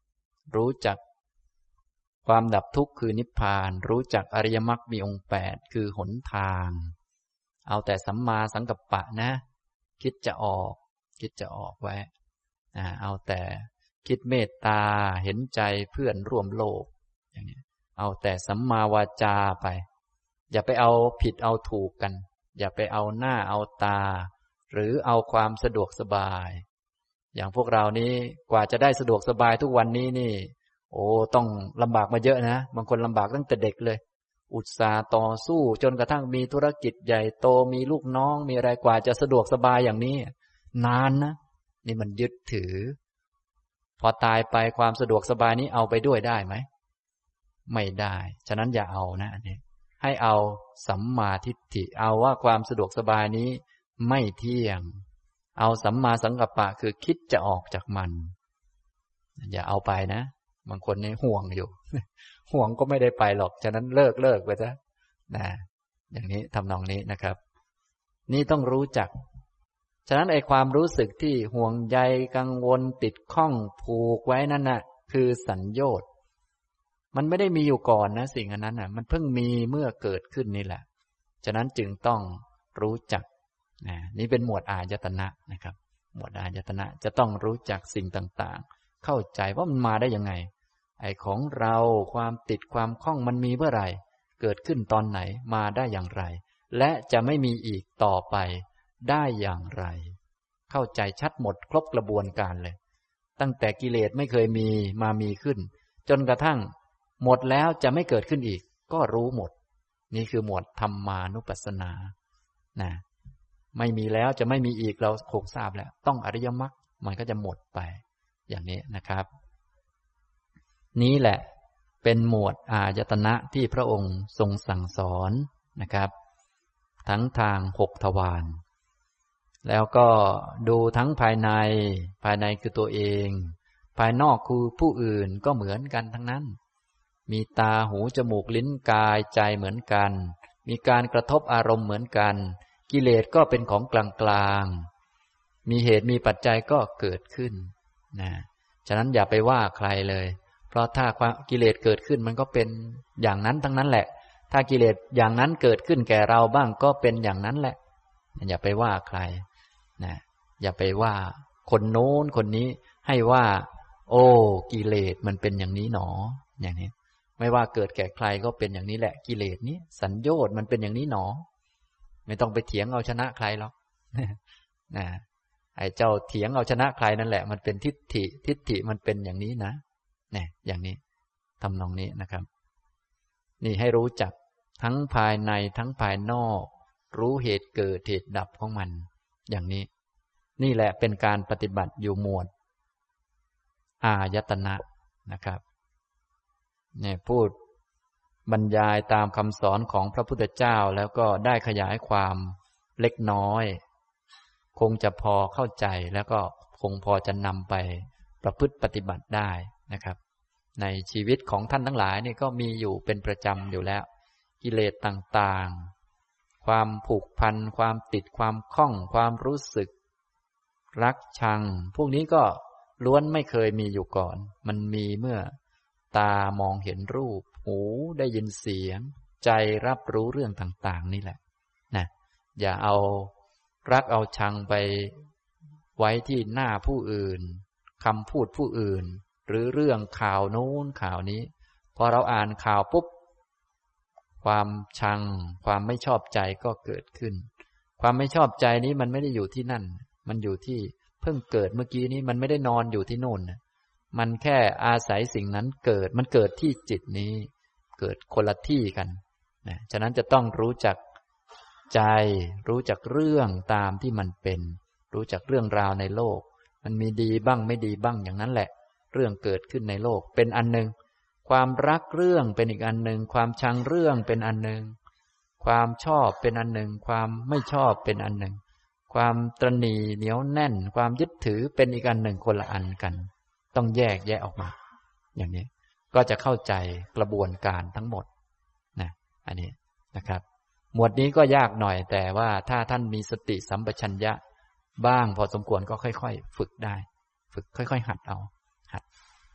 รู้จักความดับทุกข์คือนิพพานรู้จักอริยมรรคมีองค์8คือหนทางเอาแต่สัมมาสังกัปปะนะคิดจะออกไว้เอาแต่คิดเมตตาเห็นใจเพื่อนร่วมโลกอย่างนี้เอาแต่สัมมาวาจาไปอย่าไปเอาผิดเอาถูกกันอย่าไปเอาหน้าเอาตาหรือเอาความสะดวกสบายอย่างพวกเรานี้กว่าจะได้สะดวกสบายทุกวันนี้นี่โอ้ต้องลำบากมาเยอะนะบางคนลำบากตั้งแต่เด็กเลยอุตส่าห์ต่อสู้จนกระทั่งมีธุรกิจใหญ่โตมีลูกน้องมีอะไรกว่าจะสะดวกสบายอย่างนี้นานนะนี่มันยึดถือพอตายไปความสะดวกสบายนี้เอาไปด้วยได้ไหมไม่ได้ฉะนั้นอย่าเอานะอันนี้ให้เอาสัมมาทิฏฐิเอาว่าความสะดวกสบายนี้ไม่เที่ยงเอาสัมมาสังกัปปะคือคิดจะออกจากมันอย่าเอาไปนะบางคนนี่ห่วงอยู่ ห่วงก็ไม่ได้ไปหรอกฉะนั้นเลิกไปซะนะอย่างนี้ทำนองนี้นะครับนี่ต้องรู้จักฉะนั้นไอ้ความรู้สึกที่ห่วงใยกังวลติดข้องผูกไว้นั่นน่ะคือสัญโยชน์มันไม่ได้มีอยู่ก่อนนะสิ่งอันนั้นน่ะมันเพิ่งมีเมื่อเกิดขึ้นนี่แหละฉะนั้นจึงต้องรู้จักนี่เป็นหมวดอายตนะนะครับหมวดอายตนะจะต้องรู้จักสิ่งต่างๆเข้าใจว่ามันมาได้ยังไงไอ้ของเราความติดความข้องมันมีเมื่อไหร่เกิดขึ้นตอนไหนมาได้อย่างไรและจะไม่มีอีกต่อไปได้อย่างไรเข้าใจชัดหมดครบกระบวนการเลยตั้งแต่กิเลสไม่เคยมีมามีขึ้นจนกระทั่งหมดแล้วจะไม่เกิดขึ้นอีกก็รู้หมดนี่คือหมวดธรรมานุปัสสนานะไม่มีแล้วจะไม่มีอีกเราคงทราบแล้วต้องอริยมรรคมันก็จะหมดไปอย่างนี้นะครับนี้แหละเป็นหมวดอายตนะที่พระองค์ทรงสั่งสอนนะครับทั้งทาง6ทวารแล้วก็ดูทั้งภายในคือตัวเองภายนอกคือผู้อื่นก็เหมือนกันทั้งนั้นมีตาหูจมูกลิ้นกายใจเหมือนกันมีการกระทบอารมณ์เหมือนกันกิเลสก็เป็นของกลางๆมีเหตุมีปัจจัยก็เกิดขึ้นนะฉะนั้นอย่าไปว่าใครเลยเพราะถ้ากิเลสเกิดขึ้นมันก็เป็นอย่างนั้นทั้งนั้นแหละถ้ากิเลสอย่างนั้นเกิดขึ้นแก่เราบ้างก็เป็นอย่างนั้นแหละอย่าไปว่าใครนะอย่าไปว่าคนโน้นคนนี้ให้ว่าโอ้กิเลสมันเป็นอย่างนี้หนออย่างนี้ไม่ว่าเกิดแก่ใครก็เป็นอย่างนี้แหละกิเลสนี้สัญโยชน์มันเป็นอย่างนี้หนอไม่ต้องไปเถียงเอาชนะใครหรอกนะไอ้เจ้าเถียงเอาชนะใครนั่นแหละมันเป็นทิฏฐิมันเป็นอย่างนี้นะเนี่ยอย่างนี้ทำนองนี้นะครับนี่ให้รู้จักทั้งภายในทั้งภายนอกรู้เหตุเกิดเหตุดับของมันอย่างนี้นี่แหละเป็นการปฏิบัติอยู่หมวดอายตนะนะครับเนี่ยพูดบรรยายตามคำสอนของพระพุทธเจ้าแล้วก็ได้ขยายความเล็กน้อยคงจะพอเข้าใจแล้วก็คงพอจะนำไปประพฤติปฏิบัติได้นะครับในชีวิตของท่านทั้งหลายนี่ก็มีอยู่เป็นประจำอยู่แล้วกิเลสต่างๆความผูกพันความติดความคล้องความรู้สึกรักชังพวกนี้ก็ล้วนไม่เคยมีอยู่ก่อนมันมีเมื่อตามองเห็นรูปหูได้ยินเสียงใจรับรู้เรื่องต่างๆนี่แหละนะอย่าเอารักเอาชังไปไว้ที่หน้าผู้อื่นคำพูดผู้อื่นหรือเรื่องข่าวโน้นข่าวนี้พอเราอ่านข่าวปุ๊บความชังความไม่ชอบใจก็เกิดขึ้นความไม่ชอบใจนี้มันไม่ได้อยู่ที่นั่นมันอยู่ที่เพิ่งเกิดเมื่อกี้นี้มันไม่ได้นอนอยู่ที่โน่นมันแค่อาศัยสิ่งนั้นเกิดมันเกิดที่จิตนี้เกิดคนละที่กันนะฉะนั้นจะต้องรู้จักใจรู้จักเรื่องตามที่มันเป็นรู้จักเรื่องราวในโลกมันมีดีบ้างไม่ดีบ้างอย่างนั้นแหละเรื่องเกิดขึ้นในโลกเป็นอันหนึ่งความรักเรื่องเป็นอีกอันหนึ่งความชังเรื่องเป็นอันหนึ่งความชอบเป็นอันหนึ่งความไม่ชอบเป็นอันหนึ่งความตระหนี่เหนียวแน่นความยึดถือเป็นอีกอันหนึ่งคนละอันกันต้องแยกแยะออกมาอย่างนี้ก็จะเข้าใจกระบวนการทั้งหมดนะอันนี้นะครับหมวดนี้ก็ยากหน่อยแต่ว่าถ้าท่านมีสติสัมปชัญญะบ้างพอสมควรก็ค่อยๆฝึกได้ฝึกค่อยๆหัดเอาหัด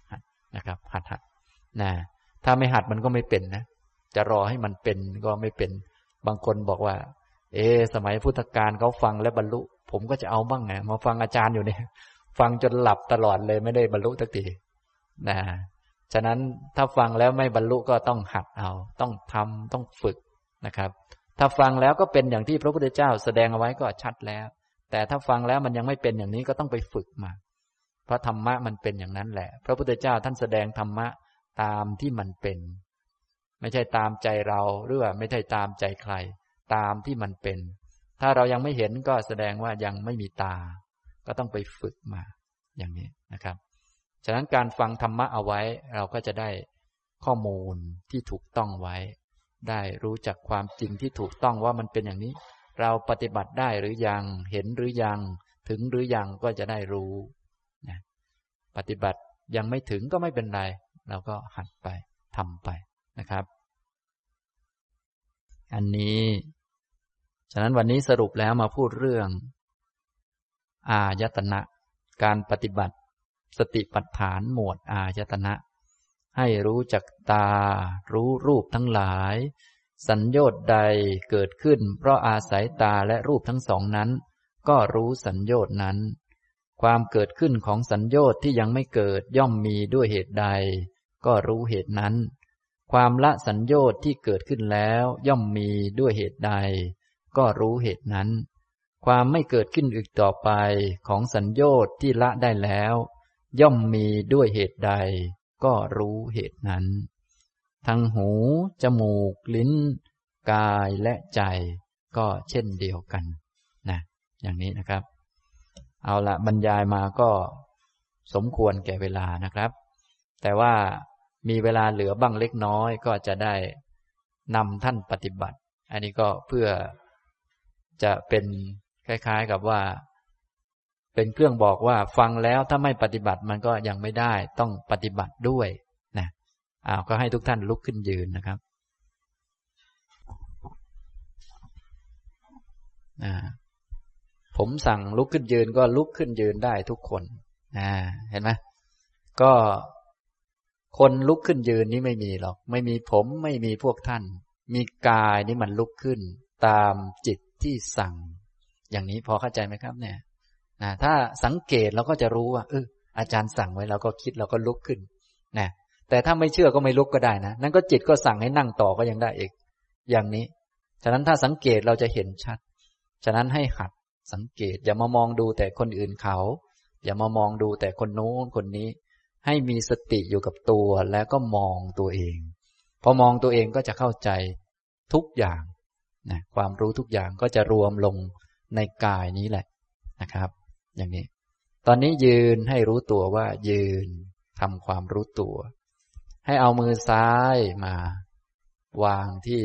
นะครับหัดนะถ้าไม่หัดมันก็ไม่เป็นนะจะรอให้มันเป็นก็ไม่เป็นบางคนบอกว่าสมัยพุทธกาลเขาฟังและบรรลุผมก็จะเอาบ้างไงมาฟังอาจารย์อยู่เนี่ยฟังจนหลับตลอดเลยไม่ได้บรรลุสักทีนะฉะนั้นถ้าฟังแล้วไม่บรรลุก็ต้องหัดเอาต้องทำต้องฝึกนะครับถ้าฟังแล้วก็เป็นอย่างที่พระพุทธเจ้าแสดงเอาไว้ก็ชัดแล้วแต่ถ้าฟังแล้วมันยังไม่เป็นอย่างนี้ก็ต้องไปฝึกมาเพราะธรรมะมันเป็นอย่างนั้นแหละพระพุทธเจ้าท่านแสดงธรรมะตามที่มันเป็นไม่ใช่ตามใจเราหรือว่าไม่ใช่ตามใจใครตามที่มันเป็นถ้าเรายังไม่เห็นก็แสดงว่ายังไม่มีตาก็ต้องไปฝึกมาอย่างนี้นะครับฉะนั้นการฟังธรรมะเอาไว้เราก็จะได้ข้อมูลที่ถูกต้องไว้ได้รู้จักความจริงที่ถูกต้องว่ามันเป็นอย่างนี้เราปฏิบัติได้หรือยังเห็นหรือยังถึงหรือยังก็จะได้รู้นะปฏิบัติยังไม่ถึงก็ไม่เป็นไรเราก็หัดไปทำไปนะครับอันนี้ฉะนั้นวันนี้สรุปแล้วมาพูดเรื่องอายตนะการปฏิบัติสติปัฏฐานหมวดอายตนะให้รู้จักตารู้รูปทั้งหลายสัญโยชน์ใดเกิดขึ้นเพราะอาศัยตาและรูปทั้งสองนั้นก็รู้สัญโยชน์นั้นความเกิดขึ้นของสัญโยชน์ที่ยังไม่เกิดย่อมมีด้วยเหตุใดก็รู้เหตุนั้นความละสัญโยชน์ที่เกิดขึ้นแล้วย่อมมีด้วยเหตุใดก็รู้เหตุนั้นความไม่เกิดขึ้นอีกต่อไปของสัญโยชน์ที่ละได้แล้วย่อมมีด้วยเหตุใดก็รู้เหตุนั้นทั้งหูจมูกลิ้นกายและใจก็เช่นเดียวกันนะอย่างนี้นะครับเอาละบรรยายมาก็สมควรแก่เวลานะครับแต่ว่ามีเวลาเหลือบ้างเล็กน้อยก็จะได้นำท่านปฏิบัติอันนี้ก็เพื่อจะเป็นคล้ายๆกับว่าเป็นเครื่องบอกว่าฟังแล้วถ้าไม่ปฏิบัติมันก็ยังไม่ได้ต้องปฏิบัติด้วยนะก็ให้ทุกท่านลุกขึ้นยืนนะครับผมสั่งลุกขึ้นยืนก็ลุกขึ้นยืนได้ทุกคนเห็นไหมก็คนลุกขึ้นยืนนี่ไม่มีหรอกไม่มีผมไม่มีพวกท่านมีกายนี่มันลุกขึ้นตามจิตที่สั่งอย่างนี้พอเข้าใจไหมครับเนี่ยถ้าสังเกตเราก็จะรู้ว่าอาจารย์สั่งไว้เราก็คิดเราก็ลุกขึ้นนะแต่ถ้าไม่เชื่อก็ไม่ลุกก็ได้นะนั่นก็จิตก็สั่งให้นั่งต่อก็ยังได้อีกอย่างนี้ฉะนั้นถ้าสังเกตเราจะเห็นชัดฉะนั้นให้หัดสังเกตอย่ามามองดูแต่คนอื่นเขาอย่ามามองดูแต่คนโน้นคนนี้ให้มีสติอยู่กับตัวแล้วก็มองตัวเองพอมองตัวเองก็จะเข้าใจทุกอย่างนะความรู้ทุกอย่างก็จะรวมลงในกายนี้แหละนะครับอย่างนี้ตอนนี้ยืนให้รู้ตัวว่ายืนทำความรู้ตัวให้เอามือซ้ายมาวางที่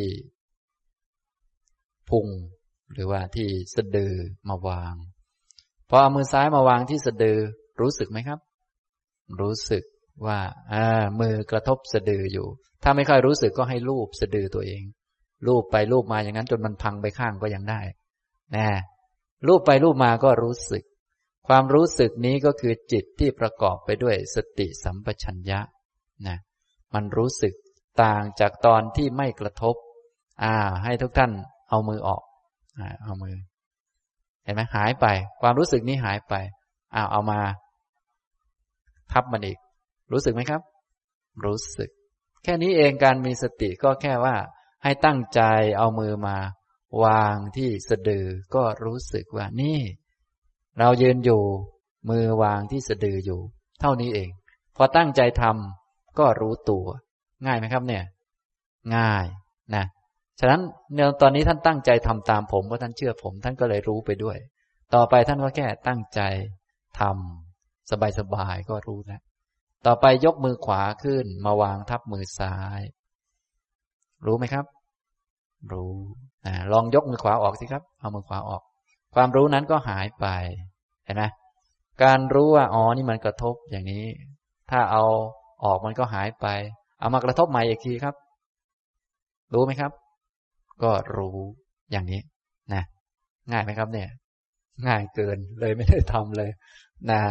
พุงหรือว่าที่สะดือมาวางพอเอามือซ้ายมาวางที่สะดือรู้สึกไหมครับรู้สึกว่ามือกระทบสะดืออยู่ถ้าไม่ค่อยรู้สึกก็ให้ลูบสะดือตัวเองลูบไปลูบมาอย่างนั้นจนมันพังไปข้างก็ยังได้นะลูบไปลูบมาก็รู้สึกความรู้สึกนี้ก็คือจิตที่ประกอบไปด้วยสติสัมปชัญญะนะมันรู้สึกต่างจากตอนที่ไม่กระทบให้ทุกท่านเอามือออกเอามือเห็นไหมหายไปความรู้สึกนี้หายไปเอามาทับมันอีกรู้สึกไหมครับรู้สึกแค่นี้เองการมีสติก็แค่ว่าให้ตั้งใจเอามือมาวางที่สะดือก็รู้สึกว่านี่เรายืนอยู่มือวางที่สะดืออยู่เท่านี้เองพอตั้งใจทำก็รู้ตัวง่ายไหมครับเนี่ยง่ายนะฉะนั้นตอนนี้ท่านตั้งใจทำตามผมเพราะท่านเชื่อผมท่านก็เลยรู้ไปด้วยต่อไปท่านก็แค่ตั้งใจทำสบายๆก็รู้แล้วต่อไปยกมือขวาขึ้นมาวางทับมือซ้ายรู้ไหมครับรู้ลองยกมือขวาออกสิครับเอามือขวาออกความรู้นั้นก็หายไปเห็นไหมการรู้ว่านี่มันกระทบอย่างนี้ถ้าเอาออกมันก็หายไปเอามากระทบใหม่อีกทีครับรู้ไหมครับก็รู้อย่างนี้นะง่ายไหมครับเนี่ยง่ายเกินเลยไม่ได้ทำเลยนะ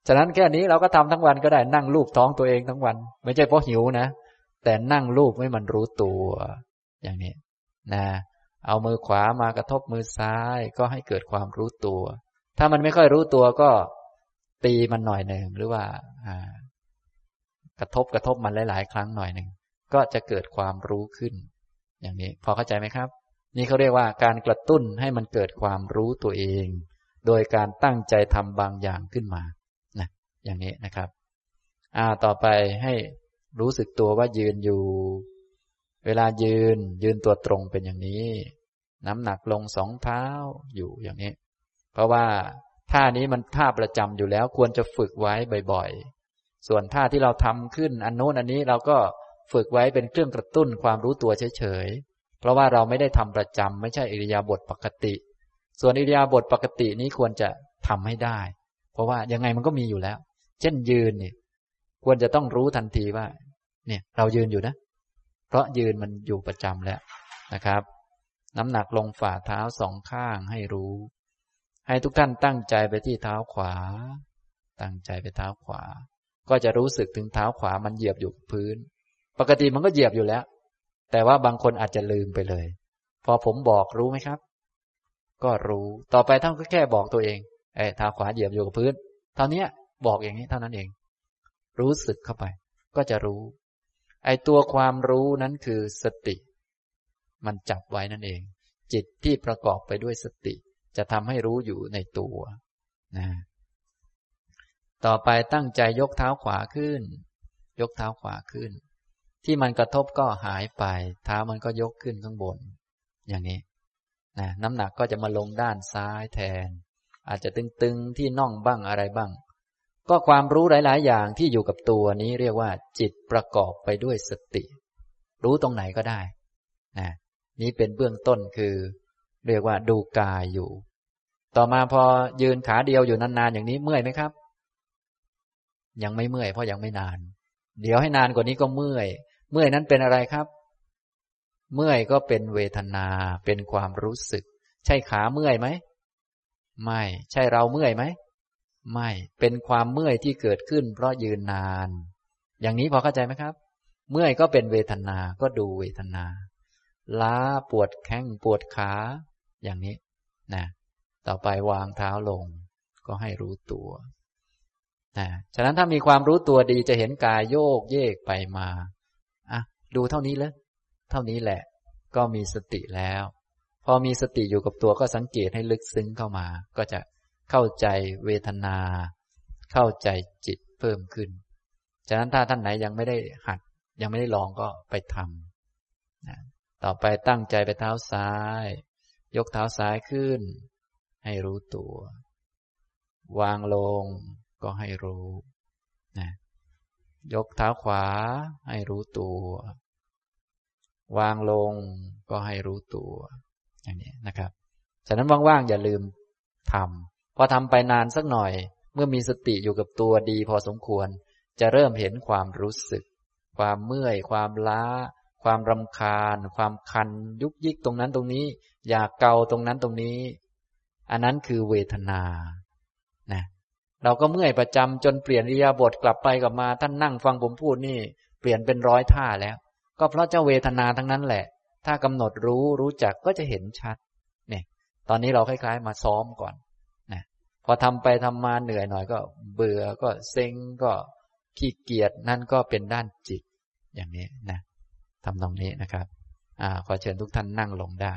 ฉะนั้นแค่นี้เราก็ทำทั้งวันก็ได้นั่งลูบท้องตัวเองทั้งวันไม่ใช่เพราะหิวนะแต่นั่งลูบให้มันรู้ตัวอย่างนี้นะเอามือขวามากระทบมือซ้ายก็ให้เกิดความรู้ตัวถ้ามันไม่ค่อยรู้ตัวก็ตีมันหน่อยหนึ่งหรือว่ากระทบมันหลายๆครั้งหน่อยหนึ่งก็จะเกิดความรู้ขึ้นอย่างนี้พอเข้าใจไหมครับนี่เขาเรียกว่าการกระตุ้นให้มันเกิดความรู้ตัวเองโดยการตั้งใจทำบางอย่างขึ้นมานะอย่างนี้นะครับต่อไปให้รู้สึกตัวว่ายืนอยู่เวลายืนตัวตรงเป็นอย่างนี้น้ำหนักลงสองเท้าอยู่อย่างนี้เพราะว่าท่านี้มันท่าประจำอยู่แล้วควรจะฝึกไว้บ่อยๆส่วนท่าที่เราทำขึ้นอันโน้นอันนี้เราก็ฝึกไว้เป็นเครื่องกระตุ้นความรู้ตัวเฉยๆเพราะว่าเราไม่ได้ทำประจำไม่ใช่อิริยาบถปกติส่วนอิริยาบถปกตินี้ควรจะทำให้ได้เพราะว่ายังไงมันก็มีอยู่แล้วเช่นยืนเนี่ยควรจะต้องรู้ทันทีว่าเนี่ยเรายืนอยู่นะเพราะยืนมันอยู่ประจำแล้วนะครับน้ำหนักลงฝ่าเท้าสองข้างให้รู้ให้ทุกท่านตั้งใจไปที่เท้าขวาตั้งใจไปเท้าขวาก็จะรู้สึกถึงเท้าขวามันเหยียบอยู่กับพื้นปกติมันก็เหยียบอยู่แล้วแต่ว่าบางคนอาจจะลืมไปเลยพอผมบอกรู้ไหมครับก็รู้ต่อไปท่านก็แค่บอกตัวเองเท้าขวาเหยียบอยู่กับพื้นเท่านี้บอกอย่างนี้เท่านั้นเองรู้สึกเข้าไปก็จะรู้ตัวความรู้นั้นคือสติมันจับไว้นั่นเองจิตที่ประกอบไปด้วยสติจะทำให้รู้อยู่ในตัวนะต่อไปตั้งใจยกเท้าขวาขึ้นยกเท้าขวาขึ้นที่มันกระทบก็หายไปเท้ามันก็ยกขึ้นข้างบนอย่างนี้นะน้ำหนักก็จะมาลงด้านซ้ายแทนอาจจะตึงๆที่น่องบ้างอะไรบ้างก็ความรู้หลายๆอย่างที่อยู่กับตัวนี้เรียกว่าจิตประกอบไปด้วยสติรู้ตรงไหนก็ได้นะนี้เป็นเบื้องต้นคือเรียกว่าดูกายอยู่ต่อมาพอยืนขาเดียวอยู่นานๆอย่างนี้เมื่อยไหมครับยังไม่เมื่อยเพราะยังไม่นานเดี๋ยวให้นานกว่านี้ก็เมื่อยนั้นเป็นอะไรครับเมื่อยก็เป็นเวทนาเป็นความรู้สึกใช่ขาเมื่อยไหมไม่ใช่เราเมื่อยไหมไม่เป็นความเมื่อยที่เกิดขึ้นเพราะยืนนานอย่างนี้พอเข้าใจไหมครับเมื่อยก็เป็นเวทนาก็ดูเวทนาล้าปวดแข้งปวดขาอย่างนี้นะต่อไปวางเท้าลงก็ให้รู้ตัวนะฉะนั้นถ้ามีความรู้ตัวดีจะเห็นกายโยกเยกไปมาดูเท่านี้เลยเท่านี้แหละก็มีสติแล้วพอมีสติอยู่กับตัวก็สังเกตให้ลึกซึ้งเข้ามาก็จะเข้าใจเวทนาเข้าใจจิตเพิ่มขึ้นฉะนั้นถ้าท่านไหนยังไม่ได้หัดยังไม่ได้ลองก็ไปทำนะต่อไปตั้งใจไปเท้าซ้ายยกเท้าซ้ายขึ้นให้รู้ตัววางลงก็ให้รู้นะยกเท้าขวาให้รู้ตัววางลงก็ให้รู้ตัวอย่างนี้นะครับฉะนั้นว่างๆอย่าลืมทำพอทำไปนานสักหน่อยเมื่อมีสติอยู่กับตัวดีพอสมควรจะเริ่มเห็นความรู้สึกความเมื่อยความล้าความรำคาญความคันยุกยิกตรงนั้นตรงนี้อยากเกาตรงนั้นตรงนี้อันนั้นคือเวทนานะเราก็เมื่อยประจำจนเปลี่ยนอิริยาบถกลับไปกลับมาท่านนั่งฟังผมพูดนี่เปลี่ยนเป็น100ท่าแล้วก็เพราะเจ้าเวทนาทั้งนั้นแหละถ้ากำหนดรู้จักก็จะเห็นชัดเนี่ยตอนนี้เราคล้ายๆมาซ้อมก่อนนะพอทำไปทำมาเหนื่อยหน่อยก็เบื่อก็เซ็งก็ขี้เกียจนั่นก็เป็นด้านจิตอย่างนี้นะทำตรงนี้นะครับขอเชิญทุกท่านนั่งลงได้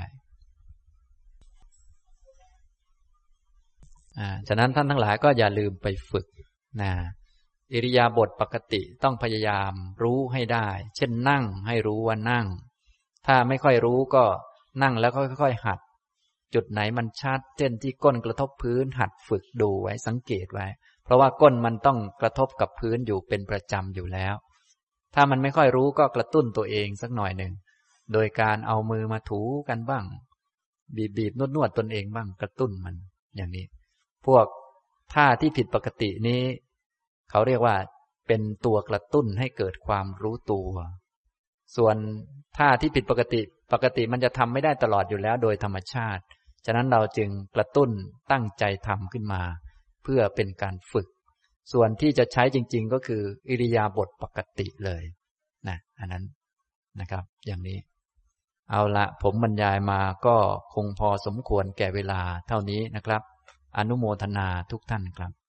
ฉะนั้นท่านทั้งหลายก็อย่าลืมไปฝึกนะอิริยาบถปกติต้องพยายามรู้ให้ได้เช่นนั่งให้รู้ว่านั่งถ้าไม่ค่อยรู้ก็นั่งแล้วค่อยๆหัดจุดไหนมันชัดเช่นที่ก้นกระทบพื้นหัดฝึกดูไว้สังเกตไว้เพราะว่าก้นมันต้องกระทบกับพื้นอยู่เป็นประจำอยู่แล้วถ้ามันไม่ค่อยรู้ก็กระตุ้นตัวเองสักหน่อยหนึ่งโดยการเอามือมาถูกันบ้างบีบนวดตนเองบ้างกระตุ้นมันอย่างนี้พวกท่าที่ผิดปกตินี้เขาเรียกว่าเป็นตัวกระตุ้นให้เกิดความรู้ตัวส่วนท่าที่ผิดปกติมันจะทำไม่ได้ตลอดอยู่แล้วโดยธรรมชาติฉะนั้นเราจึงกระตุ้นตั้งใจทำขึ้นมาเพื่อเป็นการฝึกส่วนที่จะใช้จริงๆก็คืออิริยาบถปกติเลยนะอันนั้นนะครับอย่างนี้เอาละผมบรรยายมาก็คงพอสมควรแก่เวลาเท่านี้นะครับอนุโมทนาทุกท่านครับ